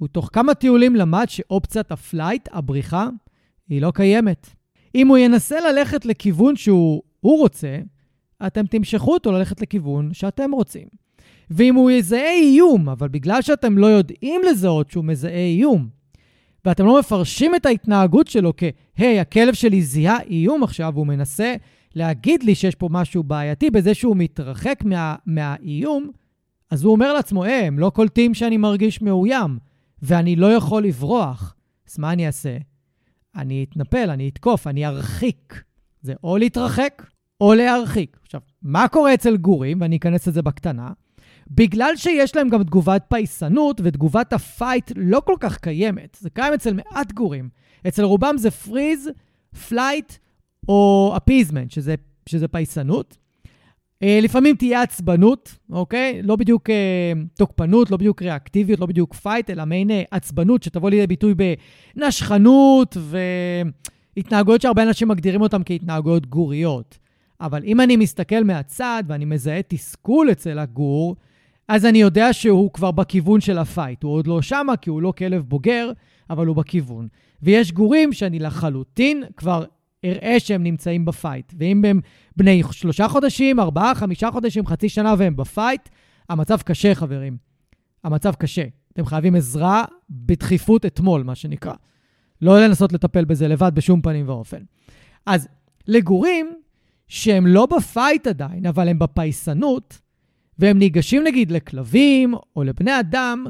הוא תוך כמה טיולים למד שאופציית הפלייט, הבריחה, היא לא קיימת. אם הוא ינסה ללכת לכיוון שהוא רוצה, אתם תמשכו אותו ללכת לכיוון שאתם רוצים. ואם הוא יזהה איום, אבל בגלל שאתם לא יודעים לזהות שהוא מזהה איום, ואתם לא מפרשים את ההתנהגות שלו כ-היי, הכלב שלי זיהה איום עכשיו, והוא מנסה להגיד לי שיש פה משהו בעייתי בזה שהוא מתרחק מה, מהאיום, אז הוא אומר לעצמו, אה, הם לא קולטים שאני מרגיש מאוים, ואני לא יכול לברוח. אז מה אני אעשה? אני אתנפל, אני אתקוף, אני ארחיק. זה או להתרחק או להרחיק. עכשיו, מה קורה אצל גורים, ואני אכנס לזה בקטנה, בגלל שיש להם גם תגובת פייסנות, ותגובת הפייט לא כל כך קיימת. זה קיים אצל מעט גורים. אצל רובם זה פריז, פלייט או אפיזמנט, שזה, שזה פייסנות. לפעמים תהיה עצבנות, אוקיי? לא בדיוק תוקפנות, לא בדיוק ריאקטיביות, לא בדיוק פייט, אלא מעין עצבנות שתבוא לידי ביטוי בנשכנות והתנהגויות שהרבה אנשים מגדירים אותם כהתנהגויות גוריות. אבל אם אני מסתכל מהצד ואני מזהה תסכול אצל הגור, אז אני יודע שהוא כבר בכיוון של הפייט. הוא עוד לא שמה כי הוא לא כלב בוגר, אבל הוא בכיוון. ויש גורים שאני לחלוטין כבר אראה שהם נמצאים בפייט. ואם הם בני שלושה חודשים, ארבעה, חמישה חודשים, חצי שנה והם בפייט, המצב קשה, חברים. המצב קשה. אתם חייבים עזרה בדחיפות אתמול, מה שנקרא. לא לנסות לטפל בזה לבד בשום פנים ואופן. אז לגורים שהם לא בפייט עדיין, אבל הם בפייסנות, והם ניגשים נגיד לכלבים או לבני אדם,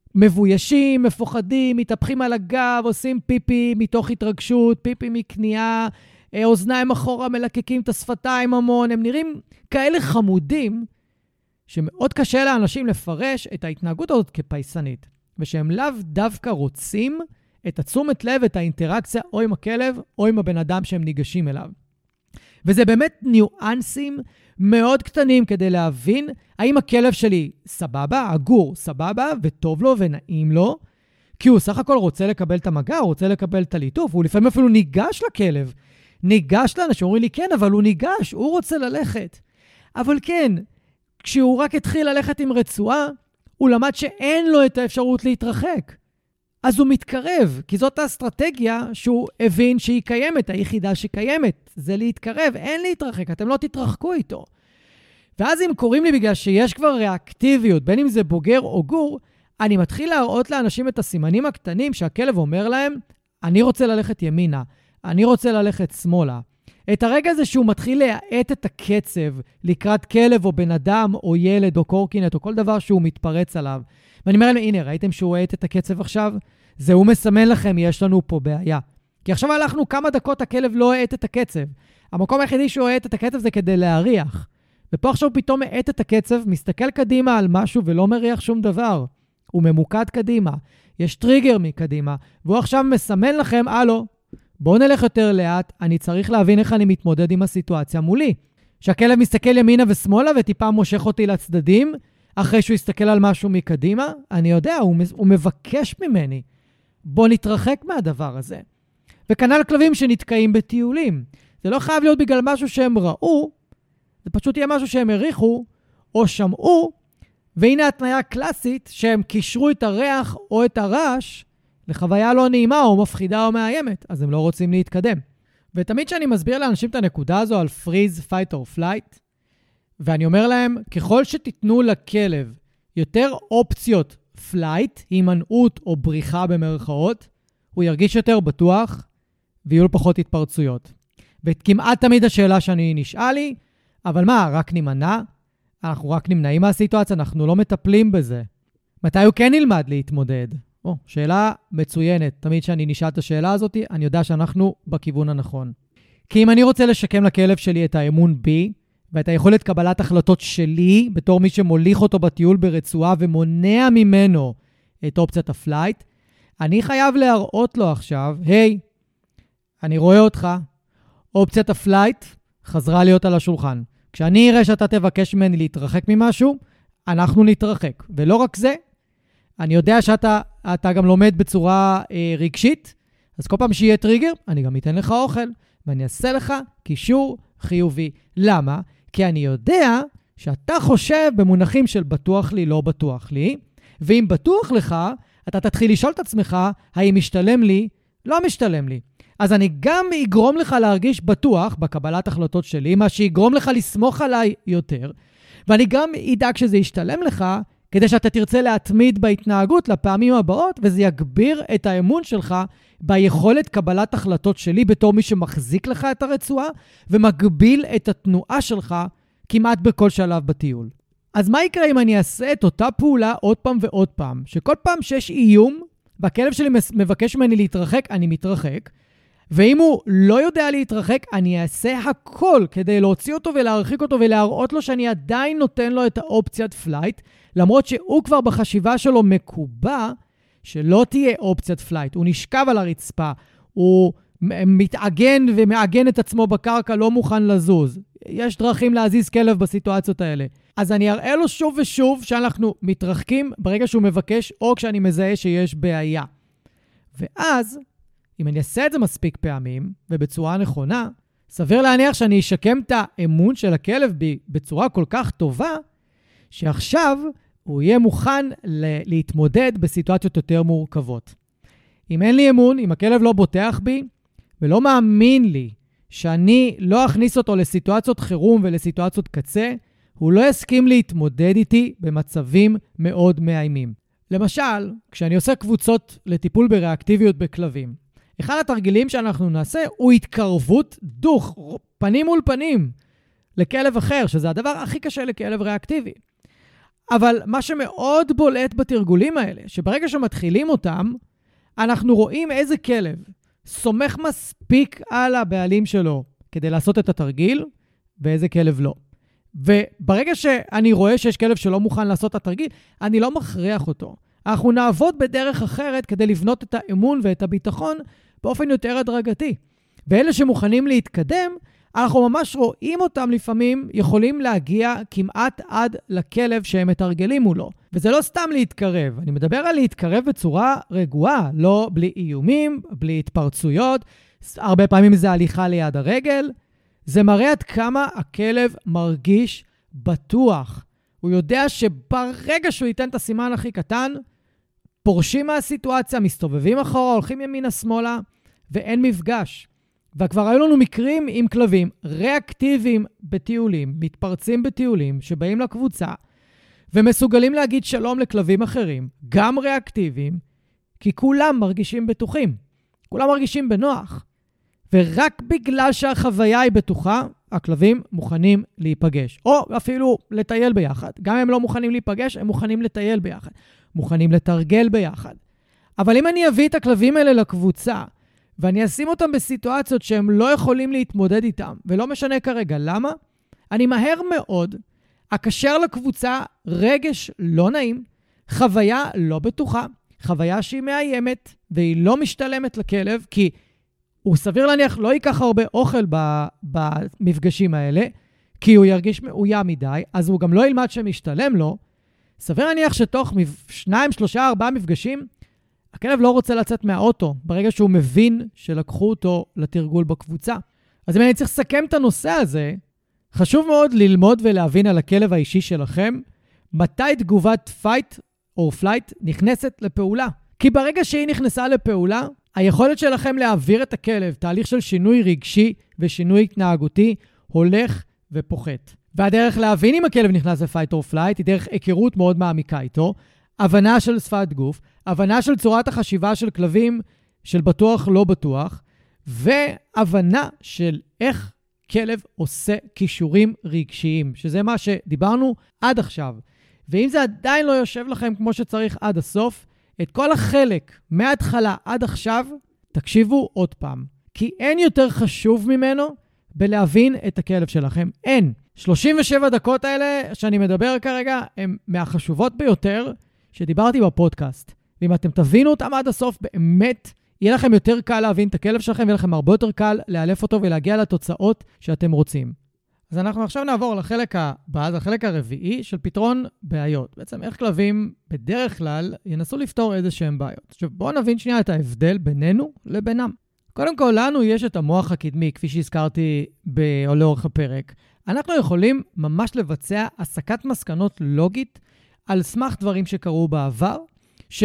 מבוישים, מפוחדים, מתהפכים על הגב, עושים פיפי מתוך התרגשות, פיפי מקנייה, אוזניים אחורה מלקקים את השפתיים המון, הם נראים כאלה חמודים, שמאוד קשה לאנשים לפרש את ההתנהגות הזאת כפייסנית, ושהם לאו דווקא רוצים את התשומת לב, את האינטראקציה או עם הכלב או עם הבן אדם שהם ניגשים אליו. וזה באמת ניואנסים מאוד קטנים כדי להבין האם הכלב שלי סבבה, הגור סבבה וטוב לו ונעים לו, כי הוא סך הכל רוצה לקבל את המגע, הוא רוצה לקבל את הליטוף, הוא לפעמים אפילו ניגש לכלב, ניגש לאנשים, אומרים לי כן, אבל הוא ניגש, הוא רוצה ללכת. אבל כן, כשהוא רק התחיל ללכת עם רצועה, הוא למד שאין לו את האפשרות להתרחק. אז הוא מתקרב, כי זאת האסטרטגיה שהוא הבין שהיא קיימת, היחידה שקיימת, זה להתקרב, אין להתרחק, אתם לא תתרחקו איתו. ואז אם קוראים לי בגלל שיש כבר ריאקטיביות, בין אם זה בוגר או גור, אני מתחיל להראות לאנשים את הסימנים הקטנים שהכלב אומר להם, אני רוצה ללכת ימינה, אני רוצה ללכת שמאלה. את הרגע הזה שהוא מתחיל להאט את הקצב לקראת כלב או בן אדם או ילד או קורקינט או כל דבר שהוא מתפרץ עליו. ואני אומר להם, הנה, ראיתם שהוא האט את הקצב עכשיו? זה הוא מסמן לכם, יש לנו פה בעיה. כי עכשיו הלכנו כמה דקות, הכלב לא האט את הקצב. המקום היחידי שהוא האט את הקצב זה כדי להריח. ופה עכשיו פתאום האט את הקצב, מסתכל קדימה על משהו ולא מריח שום דבר. הוא ממוקד קדימה. יש טריגר מקדימה. והוא עכשיו מסמן לכם, הלו, בואו נלך יותר לאט, אני צריך להבין איך אני מתמודד עם הסיטואציה מולי. שהכלב מסתכל ימינה ושמאלה וטיפה מושך אותי לצדדים, אחרי שהוא יסתכל על משהו מקדימה, אני יודע, הוא, הוא מבקש ממני. בוא נתרחק מהדבר הזה. וכנ"ל כלבים שנתקעים בטיולים. זה לא חייב להיות בגלל משהו שהם ראו, זה פשוט יהיה משהו שהם הריחו או שמעו, והנה התניה קלאסית שהם קישרו את הריח או את הרעש לחוויה לא נעימה או מפחידה או מאיימת, אז הם לא רוצים להתקדם. ותמיד שאני מסביר לאנשים את הנקודה הזו על freeze, fight or flight, ואני אומר להם, ככל שתיתנו לכלב יותר אופציות פלייט, הימנעות או בריחה במרכאות, הוא ירגיש יותר בטוח ויהיו לו פחות התפרצויות. וכמעט תמיד השאלה שאני נשאל לי, אבל מה, רק נמנע? אנחנו רק נמנעים מהסיטואציה, אנחנו לא מטפלים בזה. מתי הוא כן נלמד להתמודד? או, שאלה מצוינת. תמיד שאני נשאל את השאלה הזאת, אני יודע שאנחנו בכיוון הנכון. כי אם אני רוצה לשקם לכלב שלי את האמון בי, ואת היכולת קבלת החלטות שלי, בתור מי שמוליך אותו בטיול ברצועה ומונע ממנו את אופציית הפלייט, אני חייב להראות לו עכשיו, היי, אני רואה אותך, אופציית הפלייט חזרה להיות על השולחן. כשאני אראה שאתה תבקש ממני להתרחק ממשהו, אנחנו נתרחק. ולא רק זה, אני יודע שאתה אתה גם לומד בצורה אה, רגשית, אז כל פעם שיהיה טריגר, אני גם אתן לך אוכל, ואני אעשה לך קישור חיובי. למה? כי אני יודע שאתה חושב במונחים של בטוח לי, לא בטוח לי, ואם בטוח לך, אתה תתחיל לשאול את עצמך, האם משתלם לי? לא משתלם לי. אז אני גם אגרום לך להרגיש בטוח בקבלת החלטות שלי, מה שיגרום לך לסמוך עליי יותר, ואני גם אדאג שזה ישתלם לך, כדי שאתה תרצה להתמיד בהתנהגות לפעמים הבאות, וזה יגביר את האמון שלך ביכולת קבלת החלטות שלי בתור מי שמחזיק לך את הרצועה, ומגביל את התנועה שלך כמעט בכל שלב בטיול. אז מה יקרה אם אני אעשה את אותה פעולה עוד פעם ועוד פעם? שכל פעם שיש איום, והכלב שלי מבקש ממני להתרחק, אני מתרחק, ואם הוא לא יודע להתרחק, אני אעשה הכל כדי להוציא אותו ולהרחיק אותו ולהראות לו שאני עדיין נותן לו את האופציית פלייט, למרות שהוא כבר בחשיבה שלו מקובע שלא תהיה אופציית פלייט. הוא נשכב על הרצפה, הוא מתעגן ומעגן את עצמו בקרקע, לא מוכן לזוז. יש דרכים להזיז כלב בסיטואציות האלה. אז אני אראה לו שוב ושוב שאנחנו מתרחקים ברגע שהוא מבקש או כשאני מזהה שיש בעיה. ואז, אם אני אעשה את זה מספיק פעמים ובצורה נכונה, סביר להניח שאני אשקם את האמון של הכלב בי בצורה כל כך טובה, שעכשיו הוא יהיה מוכן ל- להתמודד בסיטואציות יותר מורכבות. אם אין לי אמון, אם הכלב לא בוטח בי ולא מאמין לי שאני לא אכניס אותו לסיטואציות חירום ולסיטואציות קצה, הוא לא יסכים להתמודד איתי במצבים מאוד מאיימים. למשל, כשאני עושה קבוצות לטיפול בריאקטיביות בכלבים, אחד התרגילים שאנחנו נעשה הוא התקרבות דוך, פנים מול פנים, לכלב אחר, שזה הדבר הכי קשה לכלב ריאקטיבי. אבל מה שמאוד בולט בתרגולים האלה, שברגע שמתחילים אותם, אנחנו רואים איזה כלב סומך מספיק על הבעלים שלו כדי לעשות את התרגיל, ואיזה כלב לא. וברגע שאני רואה שיש כלב שלא מוכן לעשות את התרגיל, אני לא מכריח אותו. אנחנו נעבוד בדרך אחרת כדי לבנות את האמון ואת הביטחון באופן יותר הדרגתי. ואלה שמוכנים להתקדם, אנחנו ממש רואים אותם לפעמים יכולים להגיע כמעט עד לכלב שהם מתרגלים מולו. וזה לא סתם להתקרב, אני מדבר על להתקרב בצורה רגועה, לא בלי איומים, בלי התפרצויות, הרבה פעמים זה הליכה ליד הרגל. זה מראה עד כמה הכלב מרגיש בטוח. הוא יודע שברגע שהוא ייתן את הסימן הכי קטן, פורשים מהסיטואציה, מסתובבים אחורה, הולכים ימינה שמאלה, ואין מפגש. וכבר היו לנו מקרים עם כלבים ריאקטיביים בטיולים, מתפרצים בטיולים, שבאים לקבוצה, ומסוגלים להגיד שלום לכלבים אחרים, גם ריאקטיביים, כי כולם מרגישים בטוחים. כולם מרגישים בנוח. ורק בגלל שהחוויה היא בטוחה, הכלבים מוכנים להיפגש. או אפילו לטייל ביחד. גם אם הם לא מוכנים להיפגש, הם מוכנים לטייל ביחד. מוכנים לתרגל ביחד. אבל אם אני אביא את הכלבים האלה לקבוצה, ואני אשים אותם בסיטואציות שהם לא יכולים להתמודד איתם, ולא משנה כרגע למה, אני מהר מאוד אקשר לקבוצה רגש לא נעים, חוויה לא בטוחה, חוויה שהיא מאיימת, והיא לא משתלמת לכלב, כי הוא סביר להניח לא ייקח הרבה אוכל במפגשים האלה, כי הוא ירגיש מאוים מדי, אז הוא גם לא ילמד שמשתלם לו. סביר להניח שתוך שניים, שלושה, ארבעה מפגשים, הכלב לא רוצה לצאת מהאוטו, ברגע שהוא מבין שלקחו אותו לתרגול בקבוצה. אז אם אני צריך לסכם את הנושא הזה, חשוב מאוד ללמוד ולהבין על הכלב האישי שלכם, מתי תגובת fight או flight נכנסת לפעולה. כי ברגע שהיא נכנסה לפעולה, היכולת שלכם להעביר את הכלב, תהליך של שינוי רגשי ושינוי התנהגותי, הולך ופוחת. והדרך להבין אם הכלב נכנס לפייט או פלייט, היא דרך היכרות מאוד מעמיקה איתו, הבנה של שפת גוף, הבנה של צורת החשיבה של כלבים, של בטוח לא בטוח, והבנה של איך כלב עושה קישורים רגשיים, שזה מה שדיברנו עד עכשיו. ואם זה עדיין לא יושב לכם כמו שצריך עד הסוף, את כל החלק מההתחלה עד עכשיו, תקשיבו עוד פעם. כי אין יותר חשוב ממנו בלהבין את הכלב שלכם. אין. שלושים ושבע דקות האלה שאני מדבר כרגע, הן מהחשובות ביותר שדיברתי בפודקאסט. ואם אתם תבינו אותם עד הסוף, באמת יהיה לכם יותר קל להבין את הכלב שלכם, ויהיה לכם הרבה יותר קל לאלף אותו ולהגיע לתוצאות שאתם רוצים. אז אנחנו עכשיו נעבור לחלק הבא, זה החלק הרביעי של פתרון בעיות. בעצם איך כלבים בדרך כלל ינסו לפתור איזה שהם בעיות. עכשיו בואו נבין שנייה את ההבדל בינינו לבינם. קודם כל, לנו יש את המוח הקדמי, כפי שהזכרתי לאורך הפרק. אנחנו יכולים ממש לבצע הסקת מסקנות לוגית על סמך דברים שקרו בעבר,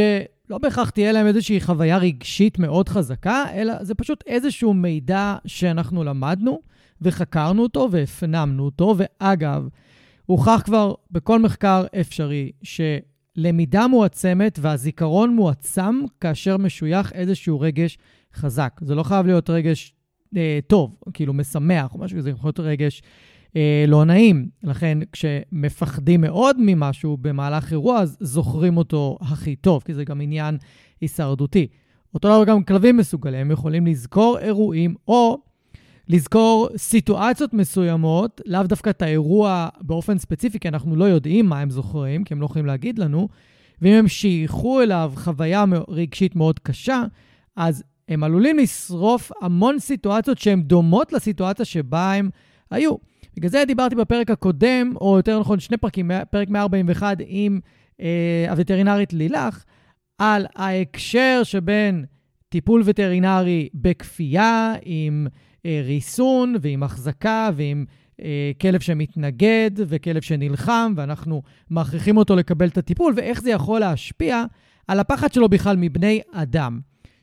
לא בהכרח תהיה להם איזושהי חוויה רגשית מאוד חזקה, אלא זה פשוט איזשהו מידע שאנחנו למדנו וחקרנו אותו והפנמנו אותו, ואגב, הוכח כבר בכל מחקר אפשרי שלמידה מועצמת והזיכרון מועצם כאשר משוייך איזשהו רגש חזק. זה לא חייב להיות רגש אה, טוב, כאילו משמח או משהו, זה יכול להיות רגש אה, לא נעים. לכן כשמפחדים מאוד ממשהו במהלך אירוע, אז זוכרים אותו הכי טוב, כי זה גם עניין הישרדותי. אותו דבר גם כלבים מסוגלים, הם יכולים לזכור אירועים או לזכור סיטואציות מסוימות, לאו דווקא את האירוע באופן ספציפי, כי אנחנו לא יודעים מה הם זוכרים, כי הם לא יכולים להגיד לנו, ואם הם שייכו אליו חוויה רגשית מאוד קשה, אז הם עלולים לשרוף המון סיטואציות שהן דומות לסיטואציה שבה הם היו. בגלל זה דיברתי בפרק הקודם, או יותר נכון שני פרקים, פרק מאה ארבעים ואחת עם אה, הווטרינרית לילך, על ההקשר שבין טיפול וטרינרי בכפייה, עם אה, ריסון ועם החזקה ועם אה, כלב שמתנגד וכלב שנלחם, ואנחנו מכריחים אותו לקבל את הטיפול, ואיך זה יכול להשפיע על הפחד שלו בכלל מבני אדם.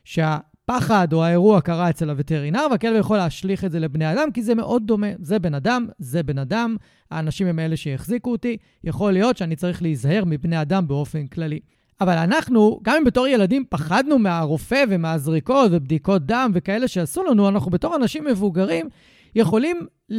שהפחד או האירוע קרה אצל הווטרינר, והכלב יכול להשליך את זה לבני אדם, כי זה מאוד דומה. זה בן אדם, זה בן אדם, האנשים הם אלה שיחזיקו אותי, יכול להיות שאני צריך להיזהר מבני אדם באופן כללי. אבל אנחנו, גם אם בתור ילדים פחדנו מהרופא ומהזריקות ובדיקות דם וכאלה שעשו לנו, אנחנו בתור אנשים מבוגרים יכולים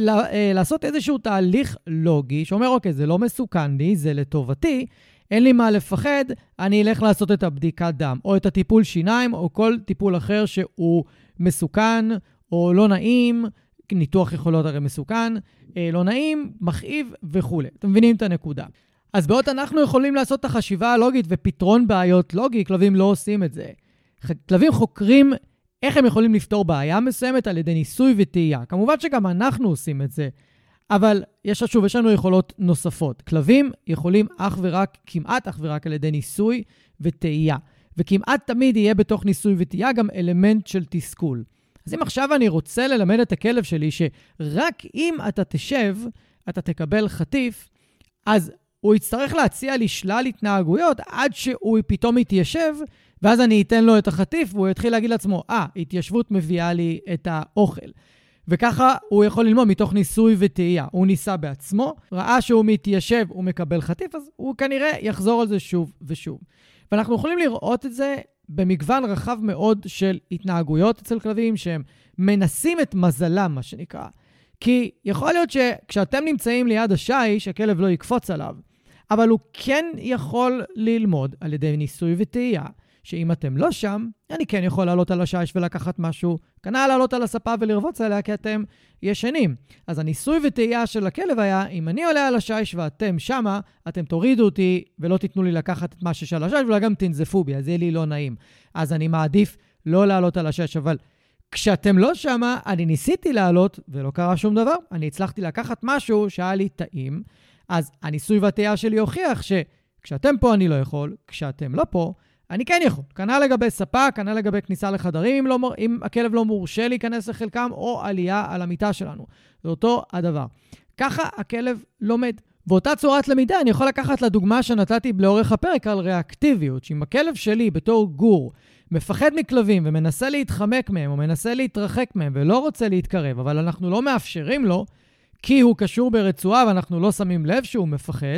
לעשות איזשהו תהליך לוגי, שאומר, אוקיי, זה לא מסוכן לי, זה לטובתי, אין לי מה לפחד, אני אלך לעשות את הבדיקת דם, או את הטיפול שיניים, או כל טיפול אחר שהוא מסוכן, או לא נעים, ניתוח יכולות הרי מסוכן, לא נעים, מכאיב וכו'. אתם מבינים את הנקודה. אז בעוד אנחנו יכולים לעשות את החשיבה הלוגית ופתרון בעיות לוגי, כלבים לא עושים את זה. כלבים חוקרים איך הם יכולים לפתור בעיה מסוימת על ידי ניסוי וטעייה. כמובן שגם אנחנו עושים את זה, אבל יש שוב, יש לנו יכולות נוספות. כלבים יכולים אך ורק, כמעט אך ורק על ידי ניסוי וטעייה. וכמעט תמיד יהיה בתוך ניסוי וטעייה גם אלמנט של תסכול. אז אם עכשיו אני רוצה ללמד את הכלב שלי שרק אם אתה תשב, אתה תקבל חטיף, אז הוא יצטרך להציע לי שלל התנהגויות עד שהוא פתאום יתיישב, ואז אני אתן לו את החטיף, והוא יתחיל להגיד לעצמו, אה, התיישבות מביאה לי את האוכל. וככה הוא יכול ללמוד מתוך ניסוי וטעייה. הוא ניסה בעצמו, ראה שהוא מתיישב, הוא מקבל חטיף, אז הוא כנראה יחזור על זה שוב ושוב. ואנחנו יכולים לראות את זה במגוון רחב מאוד של התנהגויות אצל כלבים, שהם מנסים את מזלם, מה שנקרא. כי יכול להיות שכשאתם נמצאים ליד השיש, הכלב לא יקפוץ עליו, אבל הוא כן יכול ללמוד על ידי ניסוי וטעייה, שאם אתם לא שם, אני כן יכול לעלות על השיש ולקחת משהו, כנראה לעלות על הספה ולרבוץ עליה כי אתם ישנים. אז הניסוי וטעייה של הכלב היה, אם אני עולה על השיש ואתם שמה, אתם תורידו אותי ולא תיתנו לי לקחת את מה ששל השיש, ואולי גם תנזפו בי, אז יהיה לי לא נעים. אז אני מעדיף לא לעלות על השיש, אבל כשאתם לא שמה, אני ניסיתי לעלות ולא קרה שום דבר. אני הצלחתי לקחת משהו שהיה לי טעים, אז הניסוי והטעייה שלי הוכיח שכשאתם פה אני לא יכול, כשאתם לא פה, אני כן יכול. כנ"ל לגבי ספה, כנ"ל לגבי כניסה לחדרים, אם, לא, אם הכלב לא מורשה להיכנס לחלקם, או עלייה על המיטה שלנו. זה אותו הדבר. ככה הכלב לומד. ואותה צורת למידה, אני יכול לקחת לדוגמה שנתתי לאורך הפרק על ריאקטיביות, שאם הכלב שלי בתור גור מפחד מכלבים ומנסה להתחמק מהם, או מנסה להתרחק מהם ולא רוצה להתקרב, אבל אנחנו לא מאפשרים לו, כי הוא קשור ברצועה ואנחנו לא שמים לב שהוא מפחד,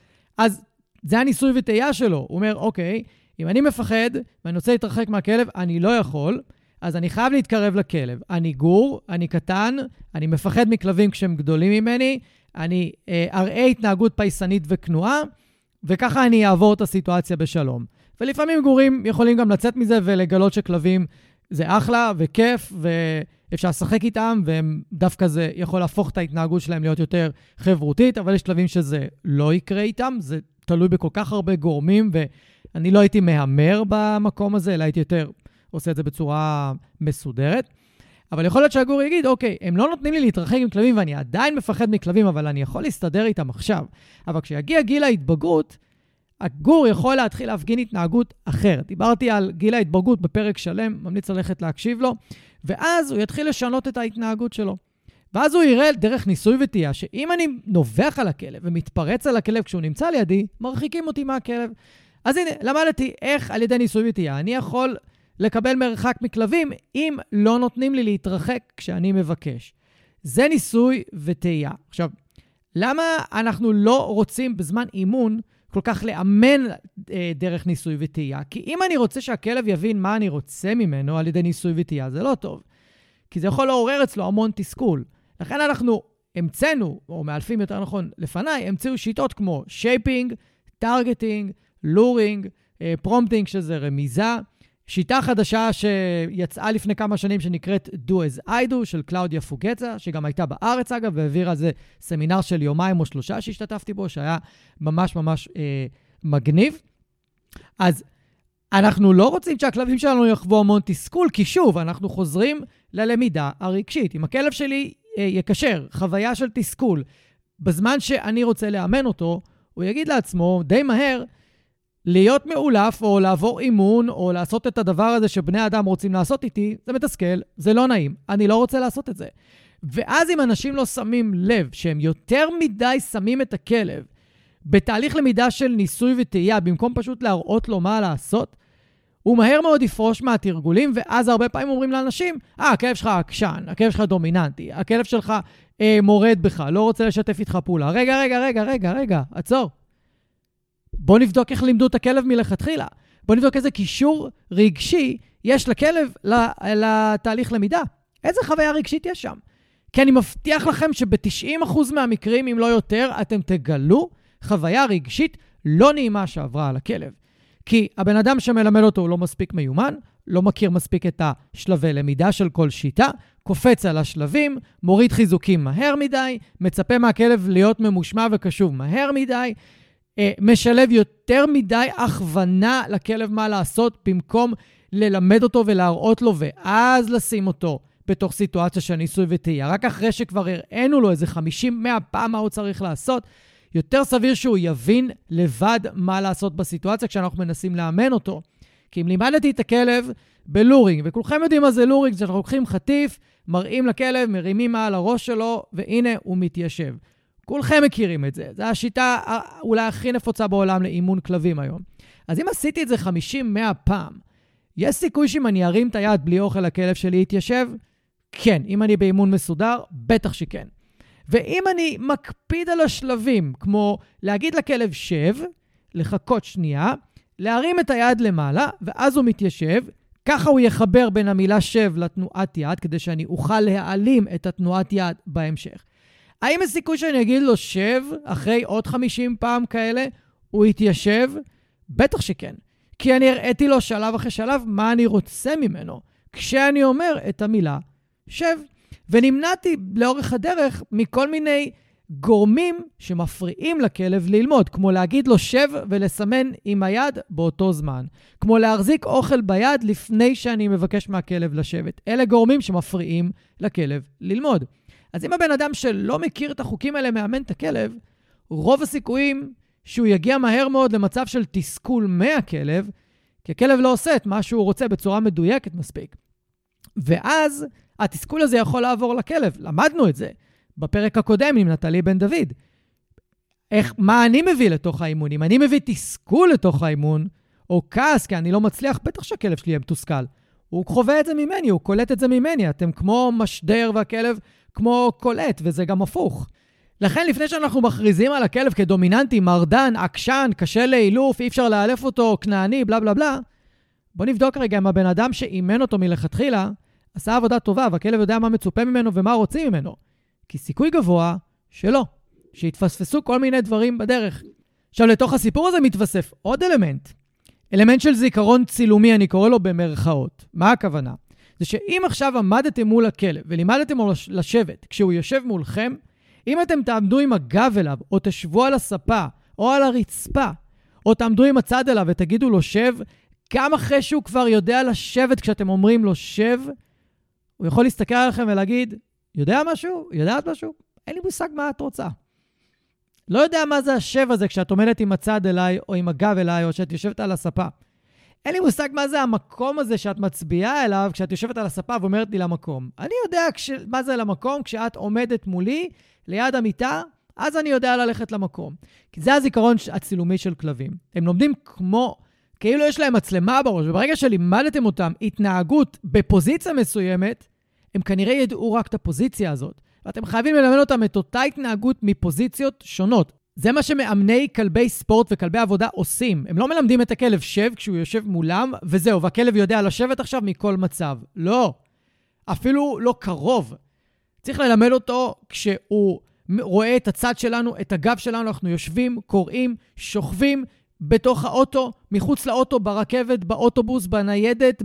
אז זה הניסוי וטעייה שלו. הוא אומר, אוקיי, אם אני מפחד ואני רוצה להתרחק מהכלב, אני לא יכול, אז אני חייב להתקרב לכלב. אני גור, אני קטן, אני מפחד מכלבים כשהם גדולים ממני, אני אה, אראה התנהגות פייסנית וכנועה, וככה אני אעבור את הסיטואציה בשלום. ולפעמים גורים יכולים גם לצאת מזה ולגלות שכלבים זה אחלה וכיף, ואפשר לשחק איתם, ודווקא זה יכול להפוך את ההתנהגות שלהם להיות יותר חברותית, אבל יש כלבים שזה לא יקרה איתם, זה תלוי בכל כך הרבה גורמים, ואני לא הייתי מהמר במקום הזה, אלא הייתי יותר עושה את זה בצורה מסודרת. אבל יכול להיות שהגור יגיד, אוקיי, הם לא נותנים לי להתרחק עם כלבים, ואני עדיין מפחד מכלבים, אבל אני יכול להסתדר איתם עכשיו. אבל כשיגיע גיל ההתבגרות, הגור יכול להתחיל להפגין התנהגות אחרת. דיברתי על גיל ההתבגרות בפרק שלם, ממליץ ללכת להקשיב לו, ואז הוא יתחיל לשנות את ההתנהגות שלו. ואז הוא יראה דרך ניסוי וטעייה, שאם אני נובח על הכלב ומתפרץ על הכלב כשהוא נמצא לידי, מרחיקים אותי מהכלב. אז הנה, למדתי איך על ידי ניסוי וטעייה אני יכול לקבל מרחק מכלבים אם לא נותנים לי להתרחק כשאני מבקש. זה ניסוי וטעייה. עכשיו, למה אנחנו לא רוצים בזמן אימון כל כך לאמן אה, דרך ניסוי וטעייה? כי אם אני רוצה שהכלב יבין מה אני רוצה ממנו על ידי ניסוי וטעייה, זה לא טוב. כי זה יכול לעורר אצלו המון תסכול. לכן אנחנו המצאנו, או מאלפים יותר נכון לפניי, המציאו שיטות כמו שייפינג, טרגטינג, לורינג, אה, פרומפטינג, שזה רמיזה, שיטה חדשה שיצאה לפני כמה שנים שנקראת Do as I Do של קלאודיה פוגצה, שגם הייתה בארץ אגב, והעבירה זה סמינר של יומיים או שלושה שהשתתפתי בו, שהיה ממש ממש אה, מגניב. אז אנחנו לא רוצים שהכלבים שלנו יחוו המון תסכול, כי שוב, אנחנו חוזרים ללמידה הרגשית. אם הכלב שלי אה, יקשר חוויה של תסכול, בזמן שאני רוצה לאמן אותו, הוא יגיד לעצמו די מהר, להיות מאולף או לעבור אימון או לעשות את הדבר הזה שבני אדם רוצים לעשות איתי, זה מתסכל, זה לא נעים, אני לא רוצה לעשות את זה. ואז אם אנשים לא שמים לב שהם יותר מדי שמים את הכלב בתהליך למידה של ניסוי וטעייה, במקום פשוט להראות לו מה לעשות, הוא מהר מאוד יפרוש מהתרגולים, ואז הרבה פעמים אומרים לאנשים, אה, הכלב שלך עקשן, הכלב שלך דומיננטי, הכלב שלך אה, מורד בך, לא רוצה לשתף איתך פעולה. רגע, רגע, רגע, רגע, רגע, עצור. בוא נבדוק איך לימדו את הכלב מלכתחילה. בוא נבדוק איזה קישור רגשי יש לכלב לתהליך למידה. איזה חוויה רגשית יש שם? כי אני מבטיח לכם שב-תשעים אחוז מהמקרים, אם לא יותר, אתם תגלו חוויה רגשית לא נעימה שעברה על הכלב. כי הבן אדם שמלמד אותו הוא לא מספיק מיומן, לא מכיר מספיק את השלבי למידה של כל שיטה, קופץ על השלבים, מוריד חיזוקים מהר מדי, מצפה מהכלב להיות ממושמע וקשוב מהר מדי, משלב יותר מדי הכוונה לכלב מה לעשות, במקום ללמד אותו ולהראות לו, ואז לשים אותו בתוך סיטואציה של ניסוי וטעייה. רק אחרי שכבר הראינו לו איזה חמישים מאה פעם מה הוא צריך לעשות, יותר סביר שהוא יבין לבד מה לעשות בסיטואציה כשאנחנו מנסים לאמן אותו. כי אם לימדתי את הכלב בלורינג, וכולכם יודעים מה זה לורינג, שאנחנו לוקחים חטיף, מראים לכלב, מרימים מעל הראש שלו, והנה הוא מתיישב. כולכם מכירים את זה. זו השיטה אולי הכי נפוצה בעולם לאימון כלבים היום. אז אם עשיתי את זה חמישים מאה פעם, יש סיכוי שאם אני ארים את היד בלי אוכל הכלב שלי יתיישב? כן. אם אני באימון מסודר, בטח שכן. ואם אני מקפיד על השלבים, כמו להגיד לכלב שב, לחכות שנייה, להרים את היד למעלה, ואז הוא מתיישב, ככה הוא יחבר בין המילה שב לתנועת יד, כדי שאני אוכל להעלים את התנועת יד בהמשך. האם הסיכוי שאני אגיד לו שב, אחרי עוד חמישים פעם כאלה, הוא יתיישב? בטח שכן. כי אני הראיתי לו שלב אחרי שלב מה אני רוצה ממנו, כשאני אומר את המילה שב. ונמנעתי לאורך הדרך מכל מיני גורמים שמפריעים לכלב ללמוד, כמו להגיד לו שב ולסמן עם היד באותו זמן, כמו להחזיק אוכל ביד לפני שאני מבקש מהכלב לשבת. אלה גורמים שמפריעים לכלב ללמוד. אז אם הבן אדם שלא מכיר את החוקים האלה מאמן את הכלב, רוב הסיכויים שהוא יגיע מהר מאוד למצב של תסכול מהכלב, כי הכלב לא עושה את מה שהוא רוצה בצורה מדויקת מספיק. ואז התסכול הזה יכול לעבור לכלב. למדנו את זה בפרק הקודם עם נטלי בן דוד. איך, מה אני מביא לתוך האימון? אם אני מביא תסכול לתוך האימון, או כעס, כי אני לא מצליח, בטח שהכלב שלי יהיה מתוסכל. הוא חווה את זה ממני, הוא קולט את זה ממני. אתם כמו משדר והכלב כמו קולט, וזה גם הפוך. לכן לפני שאנחנו מכריזים על הכלב כדומיננטי, מרדן, עקשן, קשה לאילוף, אי אפשר לאלף אותו, כנעני, בלה בלה בלה, בוא נבדוק רגע אם הבן אדם שאימן אותו מלכתחילה, עשה עבודה טובה, והכלב יודע מה מצופה ממנו ומה רוצים ממנו. כי סיכוי גבוה שלא, שיתפספסו כל מיני דברים בדרך. עכשיו, לתוך הסיפור הזה מתווסף עוד אלמנט. אלמנט של זיכרון צילומי, אני קורא לו במרכאות. מה הכוונה? זה שאם עכשיו עמדתם מול הכלב ולימדתם לו לשבת כשהוא יושב מולכם, אם אתם תעמדו עם הגב אליו, או תשבו על הספה, או על הרצפה, או תעמדו עם הצד אליו ותגידו לו שב, גם אחרי שהוא כבר יודע לשבת כשאתם אומרים לו שב, הוא יכול להסתכל עליכם ולהגיד, יודע משהו? יודעת משהו? אין לי מושג מה את רוצה. לא יודע מה זה השב הזה כשאת עומדת עם הצד אליי, או עם הגב אליי, או שאת יושבת על הספה. אין לי מושג מה זה המקום הזה שאת מצביעה אליו כשאת יושבת על הספה ואומרת לי למקום. אני יודע כש... מה זה למקום כשאת עומדת מולי, ליד המיטה, אז אני יודע ללכת למקום. כי זה הזיכרון הצילומי של כלבים. הם לומדים כמו, כאילו יש להם מצלמה בראש, וברגע שלימדתם אותם התנהגות בפוזיציה מסוימת, הם כנראה ידעו רק את הפוזיציה הזאת. ואתם חייבים ללמד אותם את אותה התנהגות מפוזיציות שונות. זה מה שמאמני כלבי ספורט וכלבי עבודה עושים. הם לא מלמדים את הכלב שב כשהוא יושב מולם, וזהו, והכלב יודע לשבת עכשיו מכל מצב. לא. אפילו לא קרוב. צריך ללמד אותו כשהוא רואה את הצד שלנו, את הגב שלנו, אנחנו יושבים, קוראים, שוכבים בתוך האוטו, מחוץ לאוטו, ברכבת, באוטובוס, בניידת,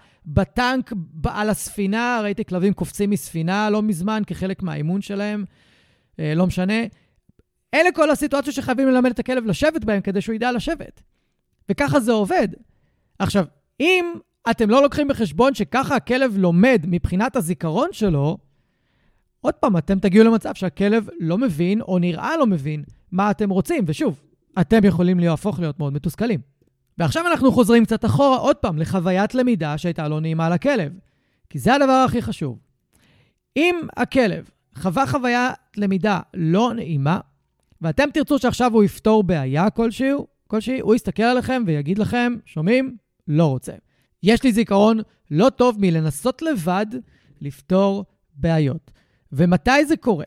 בטנק, על הספינה. ראיתי כלבים קופצים מספינה לא מזמן כחלק מהאימון שלהם. לא משנה. אלה כל הסיטואציות שחייבים ללמד את הכלב לשבת בהם כדי שהוא ידע לשבת. וככה זה עובד. עכשיו, אם אתם לא לוקחים בחשבון שככה הכלב לומד מבחינת הזיכרון שלו, עוד פעם, אתם תגיעו למצב שהכלב לא מבין או נראה לא מבין מה אתם רוצים. ושוב, אתם יכולים להפוך להיות מאוד מתוסכלים. ועכשיו אנחנו חוזרים קצת אחורה עוד פעם לחוויית למידה שהייתה לא נעימה לכלב. כי זה הדבר הכי חשוב. אם הכלב חווה חוויית למידה לא נעימה, ואתם תרצו שעכשיו הוא יפתור בעיה כלשהו, כלשהי, הוא יסתכל עליכם ויגיד לכם, שומעים? לא רוצה. יש לי זיכרון לא טוב מלנסות לבד לפתור בעיות. ומתי זה קורה?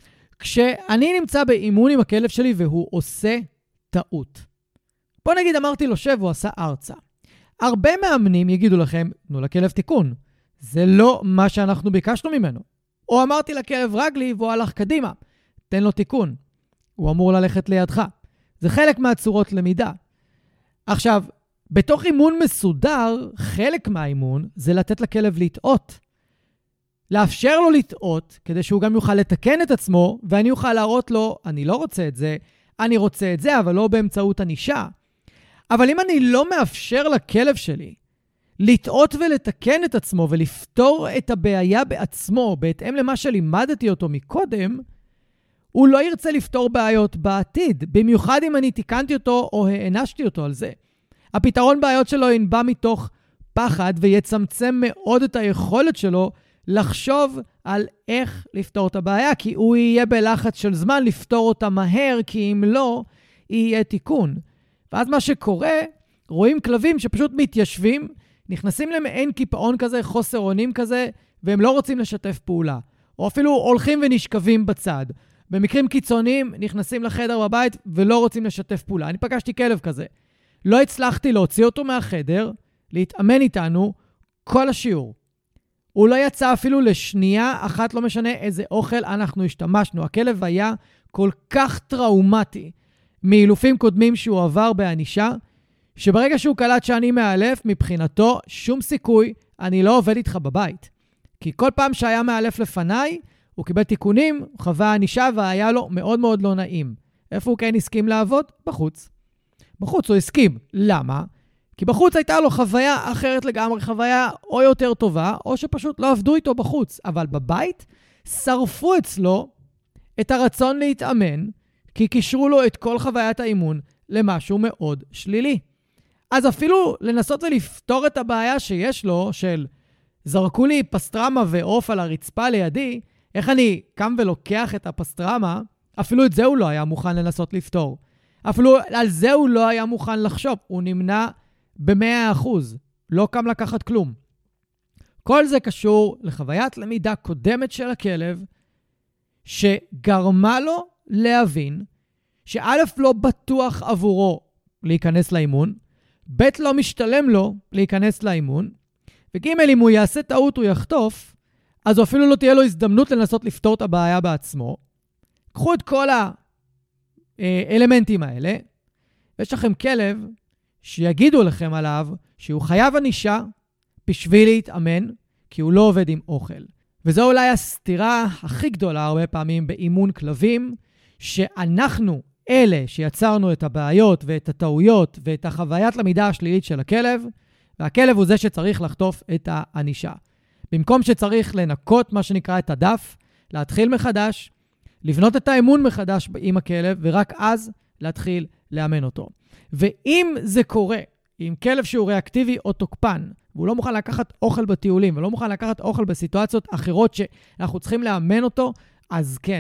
כשאני נמצא באימון עם הכלב שלי והוא עושה טעות. בוא נגיד, אמרתי לו שב, הוא עשה ארצה. הרבה מאמנים יגידו לכם, תנו לכלב תיקון. זה לא מה שאנחנו ביקשנו ממנו. או אמרתי לכלב רגלי והוא הלך קדימה. תן לו תיקון. הוא אמור ללכת לידך. זה חלק מהצורות למידה. עכשיו, בתוך אימון מסודר, חלק מהאימון זה לתת לכלב לטעות. לאפשר לו לטעות, כדי שהוא גם יוכל לתקן את עצמו, ואני אוכל להראות לו, אני לא רוצה את זה, אני רוצה את זה, אבל לא באמצעות ענישה. אבל אם אני לא מאפשר לכלב שלי לטעות ולתקן את עצמו, ולפתור את הבעיה בעצמו, בהתאם למה שלימדתי אותו מקודם, הוא לא ירצה לפתור בעיות בעתיד, במיוחד אם אני תיקנתי אותו או הענשתי אותו על זה. הפתרון בעיות שלו ינבע מתוך פחד ויצמצם מאוד את היכולת שלו לחשוב על איך לפתור את הבעיה, כי הוא יהיה בלחץ של זמן לפתור אותה מהר, כי אם לא, יהיה תיקון. ואז מה שקורה, רואים כלבים שפשוט מתיישבים, נכנסים למעין קיפאון כזה, חוסר אונים כזה, והם לא רוצים לשתף פעולה. או אפילו הולכים ונשכבים בצד. במקרים קיצוניים נכנסים לחדר בבית ולא רוצים לשתף פעולה. אני פגשתי כלב כזה. לא הצלחתי להוציא אותו מהחדר, להתאמן איתנו כל השיעור. הוא לא יצא אפילו לשנייה אחת, לא משנה איזה אוכל אנחנו השתמשנו. הכלב היה כל כך טראומטי מאילופים קודמים שהוא עבר בענישה, שברגע שהוא קלט שאני מאלף, מבחינתו שום סיכוי, אני לא עובד איתך בבית. כי כל פעם שהיה מאלף לפניי, הוא קיבל תיקונים, הוא חווה ענישה והיה לו מאוד מאוד לא נעים. איפה הוא כן הסכים לעבוד? בחוץ. בחוץ הוא הסכים. למה? כי בחוץ הייתה לו חוויה אחרת לגמרי, חוויה או יותר טובה, או שפשוט לא עבדו איתו בחוץ. אבל בבית שרפו אצלו את הרצון להתאמן, כי קישרו לו את כל חוויית האימון למשהו מאוד שלילי. אז אפילו לנסות ולפתור את הבעיה שיש לו, של זרקו לי פסטרמה ועוף על הרצפה לידי, איך אני קם ולוקח את הפסטרמה, אפילו את זה הוא לא היה מוכן לנסות לפתור. אפילו על זה הוא לא היה מוכן לחשוב. הוא נמנע ב-מאה אחוז. לא קם לקחת כלום. כל זה קשור לחוויית למידה קודמת של הכלב, שגרמה לו להבין שא' לא בטוח עבורו להיכנס לאימון, ב' לא משתלם לו להיכנס לאימון, וג' אם הוא יעשה טעות הוא יחטוף, אז אפילו לא תהיה לו הזדמנות לנסות לפתור את הבעיה בעצמו. קחו את כל האלמנטים האלה, ויש לכם כלב שיגידו לכם עליו שהוא חייב ענישה בשביל להתאמן, כי הוא לא עובד עם אוכל. וזו אולי הסתירה הכי גדולה הרבה פעמים באימון כלבים, שאנחנו אלה שיצרנו את הבעיות ואת הטעויות ואת החוויית למידה השלילית של הכלב, והכלב הוא זה שצריך לחטוף את הענישה. במקום שצריך לנקות מה שנקרא את הדף, להתחיל מחדש, לבנות את האמון מחדש עם הכלב, ורק אז להתחיל לאמן אותו. ואם זה קורה עם כלב שהוא ריאקטיבי או תוקפן, והוא לא מוכן לקחת אוכל בטיולים, ולא מוכן לקחת אוכל בסיטואציות אחרות שאנחנו צריכים לאמן אותו, אז כן,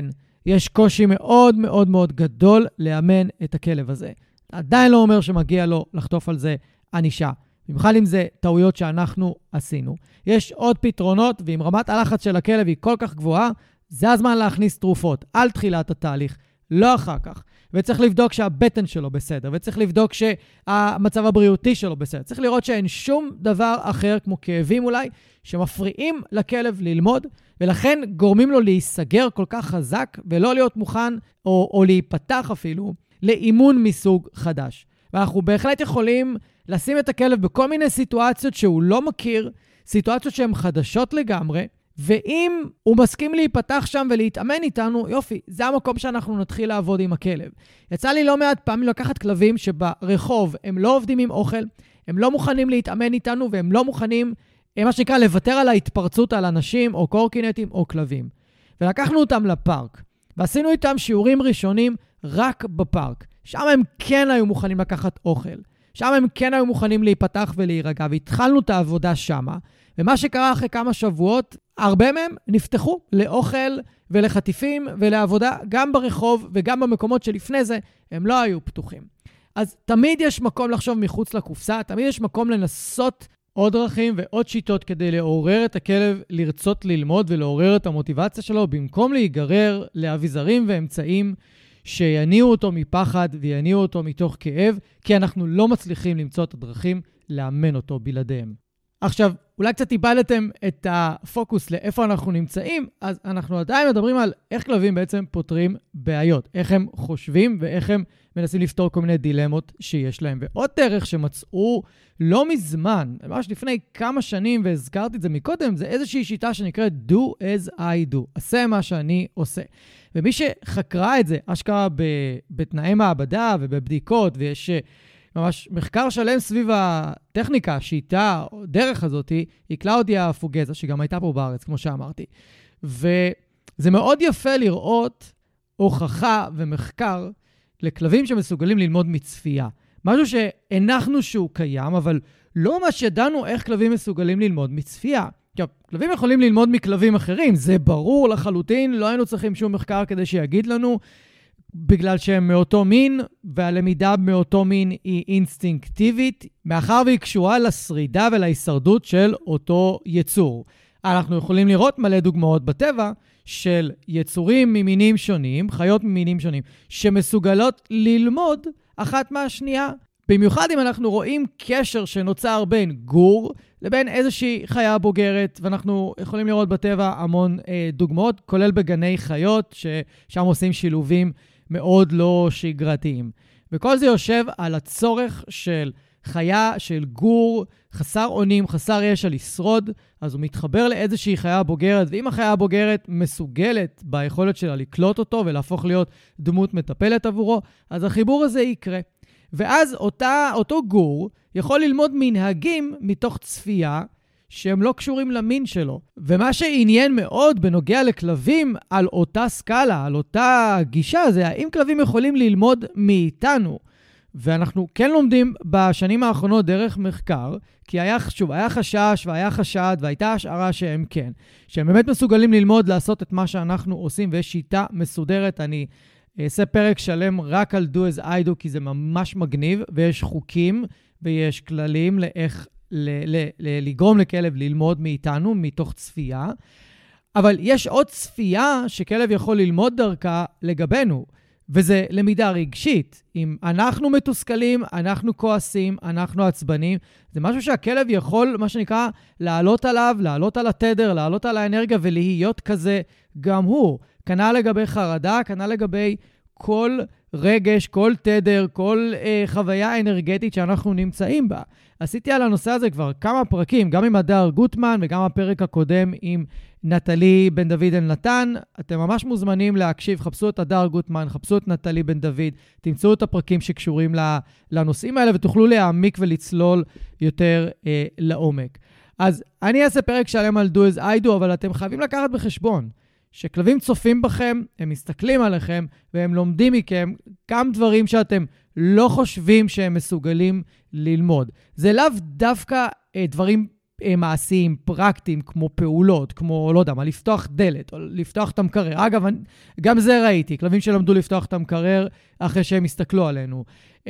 יש קושי מאוד מאוד מאוד גדול לאמן את הכלב הזה. עדיין לא אומר שמגיע לו לחטוף על זה ענישה. במיוחד אם זה טעויות שאנחנו עשינו. יש עוד פתרונות, ואם רמת הלחץ של הכלב היא כל כך גבוהה, זה הזמן להכניס תרופות על תחילת התהליך, לא אחר כך. וצריך לבדוק שהבטן שלו בסדר, וצריך לבדוק שהמצב הבריאותי שלו בסדר. צריך לראות שאין שום דבר אחר, כמו כאבים אולי, שמפריעים לכלב ללמוד, ולכן גורמים לו להיסגר כל כך חזק, ולא להיות מוכן, או, או להיפתח אפילו, לאימון מסוג חדש. ואנחנו בהחלט יכולים לשים את הכלב בכל מיני סיטואציות שהוא לא מכיר, סיטואציות שהן חדשות לגמרי, ואם הוא מסכים להיפתח שם ולהתאמן איתנו, יופי, זה המקום שאנחנו נתחיל לעבוד עם הכלב. יצא לי לא מעט פעמים לקחת כלבים שברחוב הם לא עובדים עם אוכל, הם לא מוכנים להתאמן איתנו, והם לא מוכנים, מה שנקרא, לוותר על ההתפרצות על אנשים או קורקינטים או כלבים. ולקחנו אותם לפארק, ועשינו איתם שיעורים ראשונים רק בפארק. שם הם כן היו מוכנים לקחת אוכל. שם הם כן היו מוכנים להיפתח ולהירגע, והתחלנו את העבודה שמה. ומה שקרה אחרי כמה שבועות, הרבה מהם נפתחו לאוכל ולחטיפים ולעבודה, גם ברחוב וגם במקומות שלפני זה, הם לא היו פתוחים. אז תמיד יש מקום לחשוב מחוץ לקופסה, תמיד יש מקום לנסות עוד דרכים ועוד שיטות כדי לעורר את הכלב לרצות ללמוד ולעורר את המוטיבציה שלו, במקום להיגרר לאביזרים ואמצעים שיניעו אותו מפחד ויניעו אותו מתוך כאב, כי אנחנו לא מצליחים למצוא את הדרכים לאמן אותו בלעדיהם. עכשיו, אולי קצת איבדתם את הפוקוס לאיפה אנחנו נמצאים, אז אנחנו עדיין מדברים על איך כלבים בעצם פותרים בעיות, איך הם חושבים ואיך הם מנסים לפתור כל מיני דילמות שיש להם. ועוד דרך שמצאו לא מזמן, ממש לפני כמה שנים, והזכרתי את זה מקודם, זה איזושהי שיטה שנקראת do as I do, עשה מה שאני עושה. ומי שחקרה את זה, אשכרה בתנאי מעבדה ובבדיקות, ויש ממש מחקר שלם סביב הטכניקה, השיטה, או דרך הזאת, היא קלאודיה פוגזה, שגם הייתה פה בארץ, כמו שאמרתי. וזה מאוד יפה לראות הוכחה ומחקר לכלבים שמסוגלים ללמוד מצפייה. משהו שהנחנו שהוא קיים, אבל לא ממש ידענו איך כלבים מסוגלים ללמוד מצפייה. עכשיו, כלבים יכולים ללמוד מכלבים אחרים, זה ברור לחלוטין, לא היינו צריכים שום מחקר כדי שיגיד לנו, בגלל שהם מאותו מין, והלמידה מאותו מין היא אינסטינקטיבית, מאחר והיא קשורה לשרידה ולהישרדות של אותו יצור. אנחנו יכולים לראות מלא דוגמאות בטבע של יצורים ממינים שונים, חיות ממינים שונים, שמסוגלות ללמוד אחת מהשנייה. במיוחד אם אנחנו רואים קשר שנוצר בין גור לבין איזושהי חיה בוגרת, ואנחנו יכולים לראות בטבע המון אה, דוגמאות, כולל בגני חיות, ששם עושים שילובים מאוד לא שגרתיים. וכל זה יושב על הצורך של חיה, של גור, חסר אונים, חסר ישע לשרוד, אז הוא מתחבר לאיזושהי חיה בוגרת, ואם החיה הבוגרת מסוגלת ביכולת שלה לקלוט אותו ולהפוך להיות דמות מטפלת עבורו, אז החיבור הזה יקרה. ואז אותה, אותו גור יכול ללמוד מנהגים מתוך צפייה שהם לא קשורים למין שלו. ומה שעניין מאוד בנוגע לכלבים על אותה סקאלה, על אותה גישה, זה האם כלבים יכולים ללמוד מאיתנו. ואנחנו כן לומדים בשנים האחרונות דרך מחקר, כי היה, שוב, היה חשש והיה חשד והייתה השערה שהם כן, שהם באמת מסוגלים ללמוד לעשות את מה שאנחנו עושים, ויש שיטה מסודרת. אני אעשה פרק שלם רק על do as I do, כי זה ממש מגניב, ויש חוקים ויש כללים לאיך ל- ל- ל- לגרום לכלב ללמוד מאיתנו, מתוך צפייה. אבל יש עוד צפייה שכלב יכול ללמוד דרכה לגבינו, וזה למידה רגשית. אם אנחנו מתוסכלים, אנחנו כועסים, אנחנו עצבנים, זה משהו שהכלב יכול, מה שנקרא, לעלות עליו, לעלות על התדר, לעלות על האנרגיה ולהיות כזה גם הוא. כנ"ל לגבי חרדה, כנ"ל לגבי כל רגש, כל תדר, כל אה, חוויה אנרגטית שאנחנו נמצאים בה. עשיתי על הנושא הזה כבר כמה פרקים, גם עם הדר גוטמן וגם הפרק הקודם עם נטלי בן דוד אלנתן. אתם ממש מוזמנים להקשיב, חפשו את הדר גוטמן, חפשו את נטלי בן דוד, תמצאו את הפרקים שקשורים לנושאים האלה ותוכלו להעמיק ולצלול יותר אה, לעומק. אז אני אעשה פרק שלם על do as I do, אבל אתם חייבים לקחת בחשבון שכלבים צופים בכם, הם מסתכלים עליכם והם לומדים מכם גם דברים שאתם לא חושבים שהם מסוגלים ללמוד. זה לאו דווקא אה, דברים מעשיים, פרקטיים, כמו פעולות, כמו, לא יודע מה, לפתוח דלת, או לפתוח את המקרר. אגב, גם זה ראיתי, כלבים שלמדו לפתוח את המקרר אחרי שהם הסתכלו עלינו.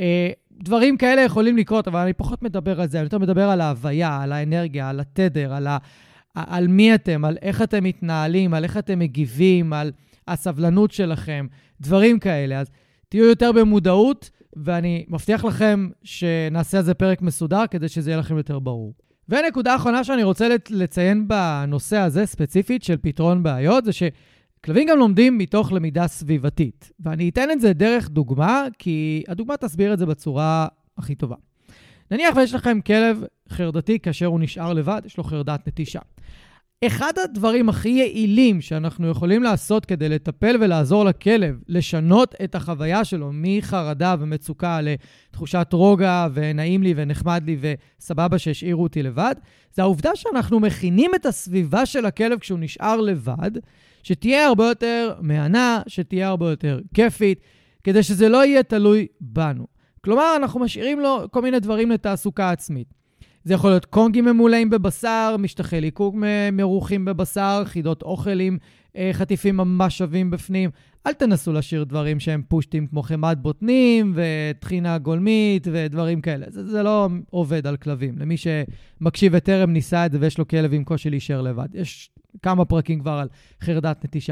דברים כאלה יכולים לקרות, אבל אני פחות מדבר על זה, אני יותר מדבר על ההוויה, על האנרגיה, על התדר, על, ה... על מי אתם, על איך אתם מתנהלים, על איך אתם מגיבים, על הסבלנות שלכם, דברים כאלה. אז תהיו יותר במודעות, ואני מבטיח לכם שנעשה על זה פרק מסודר, כדי שזה יהיה לכם יותר ברור. ונקודה האחרונה שאני רוצה לציין בנושא הזה, ספציפית של פתרון בעיות, זה שכלבים גם לומדים מתוך למידה סביבתית. ואני אתן את זה דרך דוגמה, כי הדוגמה תסביר את זה בצורה הכי טובה. נניח ויש לכם כלב חרדתי כאשר הוא נשאר לבד, יש לו חרדת נטישה. אחד הדברים הכי יעילים שאנחנו יכולים לעשות כדי לטפל ולעזור לכלב, לשנות את החוויה שלו מחרדה ומצוקה לתחושת רוגע ונעים לי ונחמד לי וסבבה שהשאירו אותי לבד, זה העובדה שאנחנו מכינים את הסביבה של הכלב כשהוא נשאר לבד, שתהיה הרבה יותר מהנה, שתהיה הרבה יותר כיפית, כדי שזה לא יהיה תלוי בנו. כלומר, אנחנו משאירים לו כל מיני דברים לתעסוקה עצמית. זה יכול להיות קונגים ממולאים בבשר, משטחי ליקוק מרוחים בבשר, חידות אוכלים, חטיפים ממש שווים בפנים. אל תנסו לשאיר דברים שהם פושטים כמו חמאת בוטנים וטחינה גולמית ודברים כאלה. זה, זה לא עובד על כלבים. למי שמקשיב וטרם ניסה את זה ויש לו כלב עם קושי להישאר לבד. יש כמה פרקים כבר על חרדת נטישה.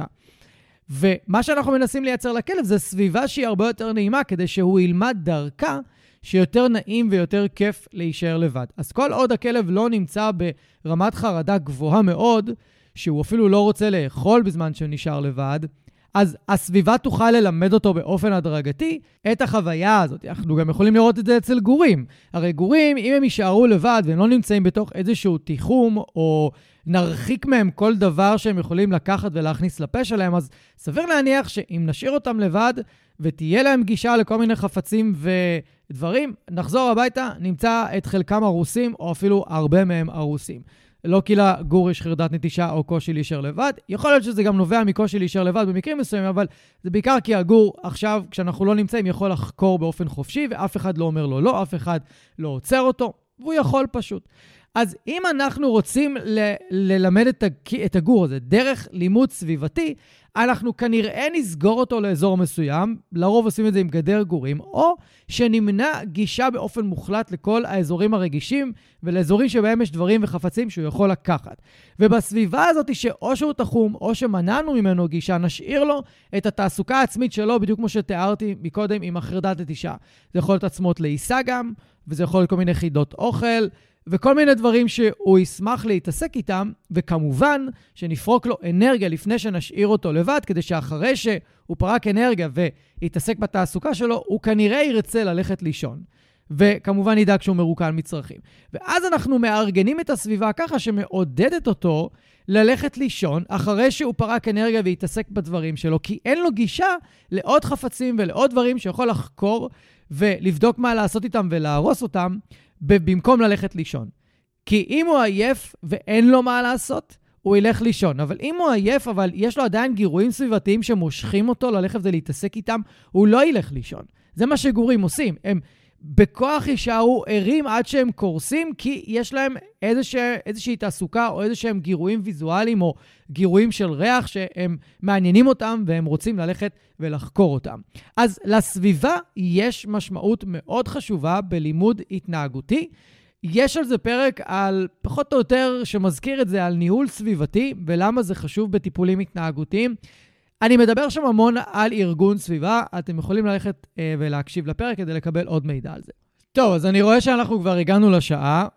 ומה שאנחנו מנסים לייצר לכלב זה סביבה שהיא הרבה יותר נעימה כדי שהוא ילמד דרכה שיותר נעים ויותר כיף להישאר לבד. אז כל עוד הכלב לא נמצא ברמת חרדה גבוהה מאוד, שהוא אפילו לא רוצה לאכול בזמן שהוא נשאר לבד, אז הסביבה תוכל ללמד אותו באופן הדרגתי את החוויה הזאת. אנחנו גם יכולים לראות את זה אצל גורים. הרי גורים, אם הם יישארו לבד והם לא נמצאים בתוך איזשהו תיחום, או נרחיק מהם כל דבר שהם יכולים לקחת ולהכניס לפה שלהם, אז סביר להניח שאם נשאיר אותם לבד, ותהיה להם גישה לכל מיני חפצים ודברים, נחזור הביתה, נמצא את חלקם הרוסים, או אפילו הרבה מהם הרוסים. לא כי לגור יש חרדת נטישה או קושי להישאר לבד. יכול להיות שזה גם נובע מקושי להישאר לבד במקרים מסוימים, אבל זה בעיקר כי הגור עכשיו, כשאנחנו לא נמצאים, יכול לחקור באופן חופשי, ואף אחד לא אומר לו לא, אף אחד לא עוצר אותו, והוא יכול פשוט. אז אם אנחנו רוצים ל- ללמד את, ה- את הגור הזה דרך לימוד סביבתי, אנחנו כנראה נסגור אותו לאזור מסוים, לרוב עושים את זה עם גדר גורים, או שנמנע גישה באופן מוחלט לכל האזורים הרגישים, ולאזורים שבהם יש דברים וחפצים שהוא יכול לקחת. ובסביבה הזאת שאו שהוא תחום, או שמנענו ממנו גישה, נשאיר לו את התעסוקה העצמית שלו, בדיוק כמו שתיארתי מקודם עם החרדת נטישה. זה יכול להיות עצמות לעיסה גם, וזה יכול להיות כל מיני חידות אוכל, וכל מיני דברים שהוא ישמח להתעסק איתם, וכמובן שנפרוק לו אנרגיה לפני שנשאיר אותו לבד, כדי שאחרי שהוא פרק אנרגיה ויתעסק בתעסוקה שלו, הוא כנראה ירצה ללכת לישון. וכמובן ידאג שהוא מרוקן מצרכים. ואז אנחנו מארגנים את הסביבה ככה שמעודדת אותו ללכת לישון, אחרי שהוא פרק אנרגיה ויתעסק בדברים שלו, כי אין לו גישה לעוד חפצים ולעוד דברים שיכול לחקור ולבדוק מה לעשות איתם ולהרוס אותם, במקום ללכת לישון. כי אם הוא עייף ואין לו מה לעשות, הוא ילך לישון. אבל אם הוא עייף, אבל יש לו עדיין גירויים סביבתיים שמושכים אותו ללכת ולהתעסק איתם, הוא לא ילך לישון. זה מה שגורים עושים. הם בכוח יישארו ערים עד שהם קורסים, כי יש להם איזושה, איזושהי תעסוקה או איזשהם גירויים ויזואליים או גירויים של ריח שהם מעניינים אותם והם רוצים ללכת ולחקור אותם. אז לסביבה יש משמעות מאוד חשובה בלימוד התנהגותי. יש על זה פרק על פחות או יותר שמזכיר את זה על ניהול סביבתי ולמה זה חשוב בטיפולים התנהגותיים. אני מדבר שם המון על ארגון סביבה, אתם יכולים ללכת אה, ולהקשיב לפרק כדי לקבל עוד מידע על זה. טוב, אז אני רואה שאנחנו כבר הגענו לשעה,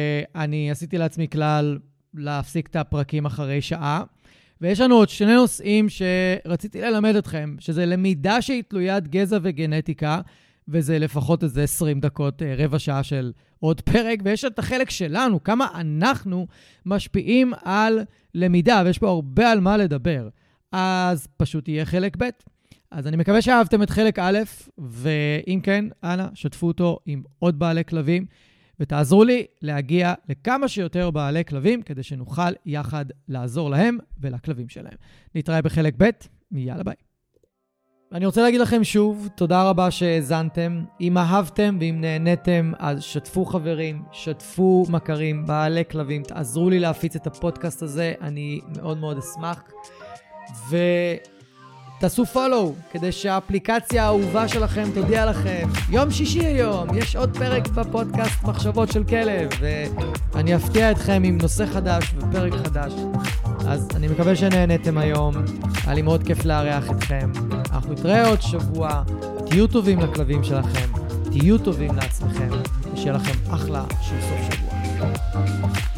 ואני עשיתי לעצמי כלל להפסיק את הפרקים אחרי שעה, ויש לנו עוד שני נושאים שרציתי ללמד אתכם, שזה למידה שהיא תלוית גזע וגנטיקה, וזה לפחות איזה עשרים דקות, רבע שעה של עוד פרק, ויש את החלק שלנו, כמה אנחנו משפיעים על למידה, ויש פה הרבה על מה לדבר. אז פשוט יהיה חלק ב'. אז אני מקווה שאהבתם את חלק א', ואם כן, אנא, שתפו אותו עם עוד בעלי כלבים, ותעזרו לי להגיע לכמה שיותר בעלי כלבים, כדי שנוכל יחד לעזור להם ולכלבים שלהם. נתראה בחלק ב', יאללה ביי. אני רוצה להגיד לכם שוב, תודה רבה שהאזנתם. אם אהבתם ואם נהניתם, אז שתפו חברים, שתפו מכרים, בעלי כלבים, תעזרו לי להפיץ את הפודקאסט הזה, אני מאוד מאוד אשמח. ותעשו פולו, כדי שהאפליקציה האהובה שלכם תודיע לכם. יום שישי היום, יש עוד פרק בפודקאסט מחשבות של כלב, ואני אפתיע אתכם עם נושא חדש ופרק חדש. אז אני מקווה שנהניתם היום, היה לי מאוד כיף לארח אתכם. אנחנו נתראה עוד שבוע, תהיו טובים לכלבים שלכם, תהיו טובים לעצמכם, ושיהיה לכם אחלה של סוף שבוע.